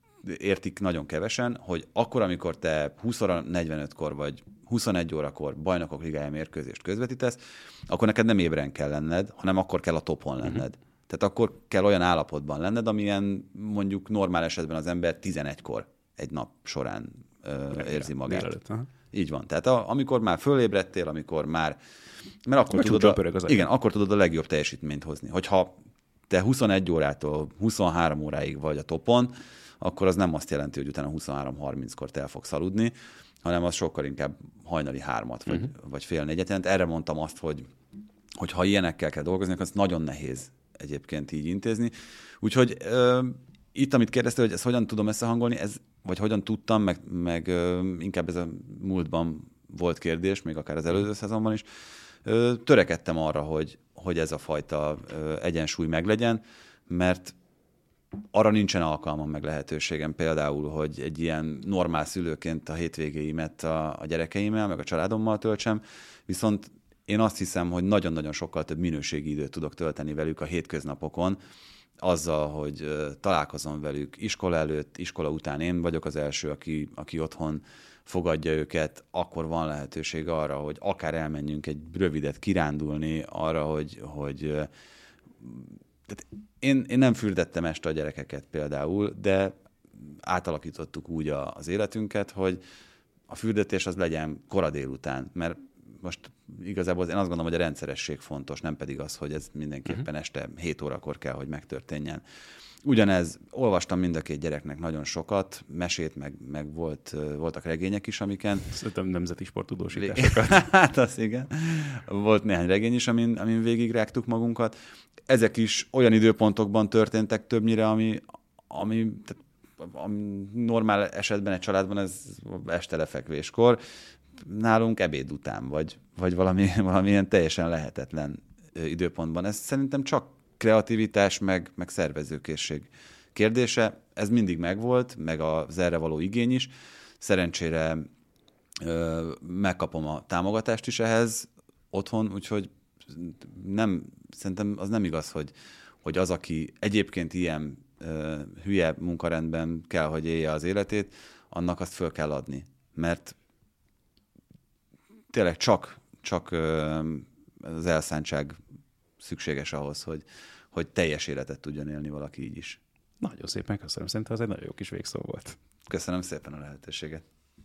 értik nagyon kevesen, hogy akkor, amikor te húsz óra negyvenötkor vagy huszonegy órakor bajnokok ligája mérkőzést közvetítesz, akkor neked nem ébren kell lenned, hanem akkor kell a topon lenned. Uh-huh. Tehát akkor kell olyan állapotban lenned, amilyen mondjuk normál esetben az ember tizenegykor egy nap során uh, érzi magát. Délelőtt, aha. Így van. Tehát a, amikor már fölébredtél, amikor már... Mert akkor tudod, a, az igen, akkor tudod a legjobb teljesítményt hozni. Hogyha te huszonegy órától huszonhárom óráig vagy a topon, akkor az nem azt jelenti, hogy utána huszonhárom harminckor te el fogsz aludni, hanem az sokkal inkább hajnali hármat, vagy, uh-huh. vagy fél négyet jelent. Erre mondtam azt, hogy, hogy ha ilyenekkel kell dolgozni, akkor az nagyon nehéz egyébként így intézni. Úgyhogy ö, itt, amit kérdezte, hogy ezt hogyan tudom összehangolni, ez, vagy hogyan tudtam, meg, meg ö, inkább ez a múltban volt kérdés, még akár az előző szezonban is, ö, törekedtem arra, hogy, hogy ez a fajta ö, egyensúly meglegyen, mert arra nincsen alkalmam, meg lehetőségem például, hogy egy ilyen normál szülőként a hétvégéimet a, a gyerekeimmel, meg a családommal töltsem, viszont én azt hiszem, hogy nagyon-nagyon sokkal több minőségi időt tudok tölteni velük a hétköznapokon, azzal, hogy találkozom velük iskola előtt, iskola után én vagyok az első, aki, aki otthon fogadja őket, akkor van lehetőség arra, hogy akár elmenjünk egy rövidet kirándulni, arra, hogy, hogy tehát én, én nem fürdettem este a gyerekeket például, de átalakítottuk úgy a, az életünket, hogy a fürdetés az legyen kora délután, mert most igazából én azt gondolom, hogy a rendszeresség fontos, nem pedig az, hogy ez mindenképpen uh-huh. este hét órakor kell, hogy megtörténjen. Ugyanez, olvastam mind a két gyereknek nagyon sokat, mesét, meg, meg volt, voltak regények is, amiken... Szerintem nemzeti sporttudósításokat. Hát az igen. Volt néhány regény is, amin, amin végigrágtuk magunkat. Ezek is olyan időpontokban történtek többnyire, ami, ami, tehát, ami normál esetben egy családban ez este lefekvéskor, nálunk ebéd után, vagy, vagy valami, valamilyen teljesen lehetetlen időpontban. Ez szerintem csak kreativitás, meg, meg szervezőkészség kérdése. Ez mindig megvolt, meg az erre való igény is. Szerencsére ö, megkapom a támogatást is ehhez otthon, úgyhogy nem, szerintem az nem igaz, hogy, hogy az, aki egyébként ilyen ö, hülye munkarendben kell, hogy élje az életét, annak azt föl kell adni. Mert tényleg csak, csak ö, az elszántság szükséges ahhoz, hogy, hogy teljes életet tudjon élni valaki így is. Nagyon szépen köszönöm, szerintem ez egy nagyon jó kis végszó volt. Köszönöm szépen a lehetőséget.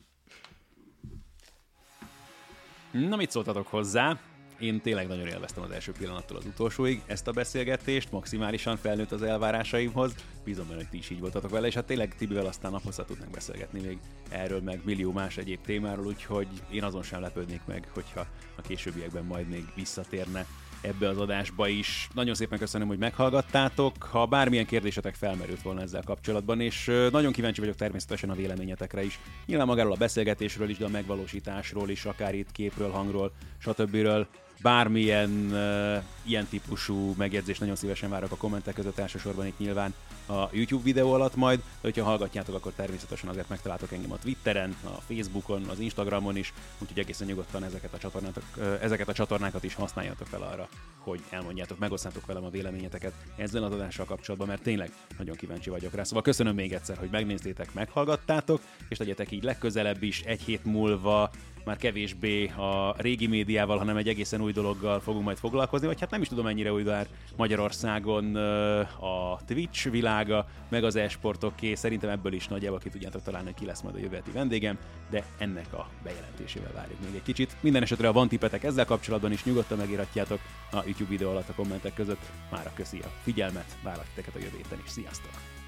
Na, mit szóltatok hozzá? Én tényleg nagyon élveztem az első pillanattól az utolsóig ezt a beszélgetést, maximálisan felnőtt az elvárásaimhoz. Bízom benne, hogy ti is így voltatok vele, és hát tényleg Tibivel aztán naposzat tudnánk beszélgetni még erről, meg millió más egyéb témáról, úgyhogy én azon sem lepődnék meg, hogyha a későbbiekben majd még visszatérne ebbe az adásba is. Nagyon szépen köszönöm, hogy meghallgattátok. Ha bármilyen kérdésetek felmerült volna ezzel kapcsolatban, és nagyon kíváncsi vagyok természetesen a véleményetekre is. Nyilván magáról a beszélgetésről is, de a megvalósításról is, akár itt képről, hangról, stb. Bármilyen uh, ilyen típusú megjegyzést nagyon szívesen várok a kommentek között, elsősorban itt nyilván a YouTube videó alatt majd, de hogyha hallgatjátok, akkor természetesen azért megtaláltok engem a Twitteren, a Facebookon, az Instagramon is, úgyhogy egészen nyugodtan ezeket a, csatornátok, uh, ezeket a csatornákat is használjatok fel arra, hogy elmondjátok, megosztátok velem a véleményeteket ezzel az adással kapcsolatban, mert tényleg nagyon kíváncsi vagyok rá. Szóval köszönöm még egyszer, hogy megnéztétek, meghallgattátok, és tegyetek így legközelebb is, egy hét múlva már kevésbé a régi médiával, hanem egy egészen új dologgal fogunk majd foglalkozni, vagy hát nem is tudom mennyire új, de Magyarországon a Twitch világa, meg az e-sportoké, szerintem ebből is nagyjából ki tudjátok találni, hogy ki lesz majd a jövő heti vendégem, de ennek a bejelentésével várjuk még egy kicsit. Minden esetre, ha van tippetek ezzel kapcsolatban is, nyugodtan megíratjátok a YouTube videó alatt a kommentek között. Mára köszi a figyelmet, várlak titeket a jövő héten is. Sziasztok!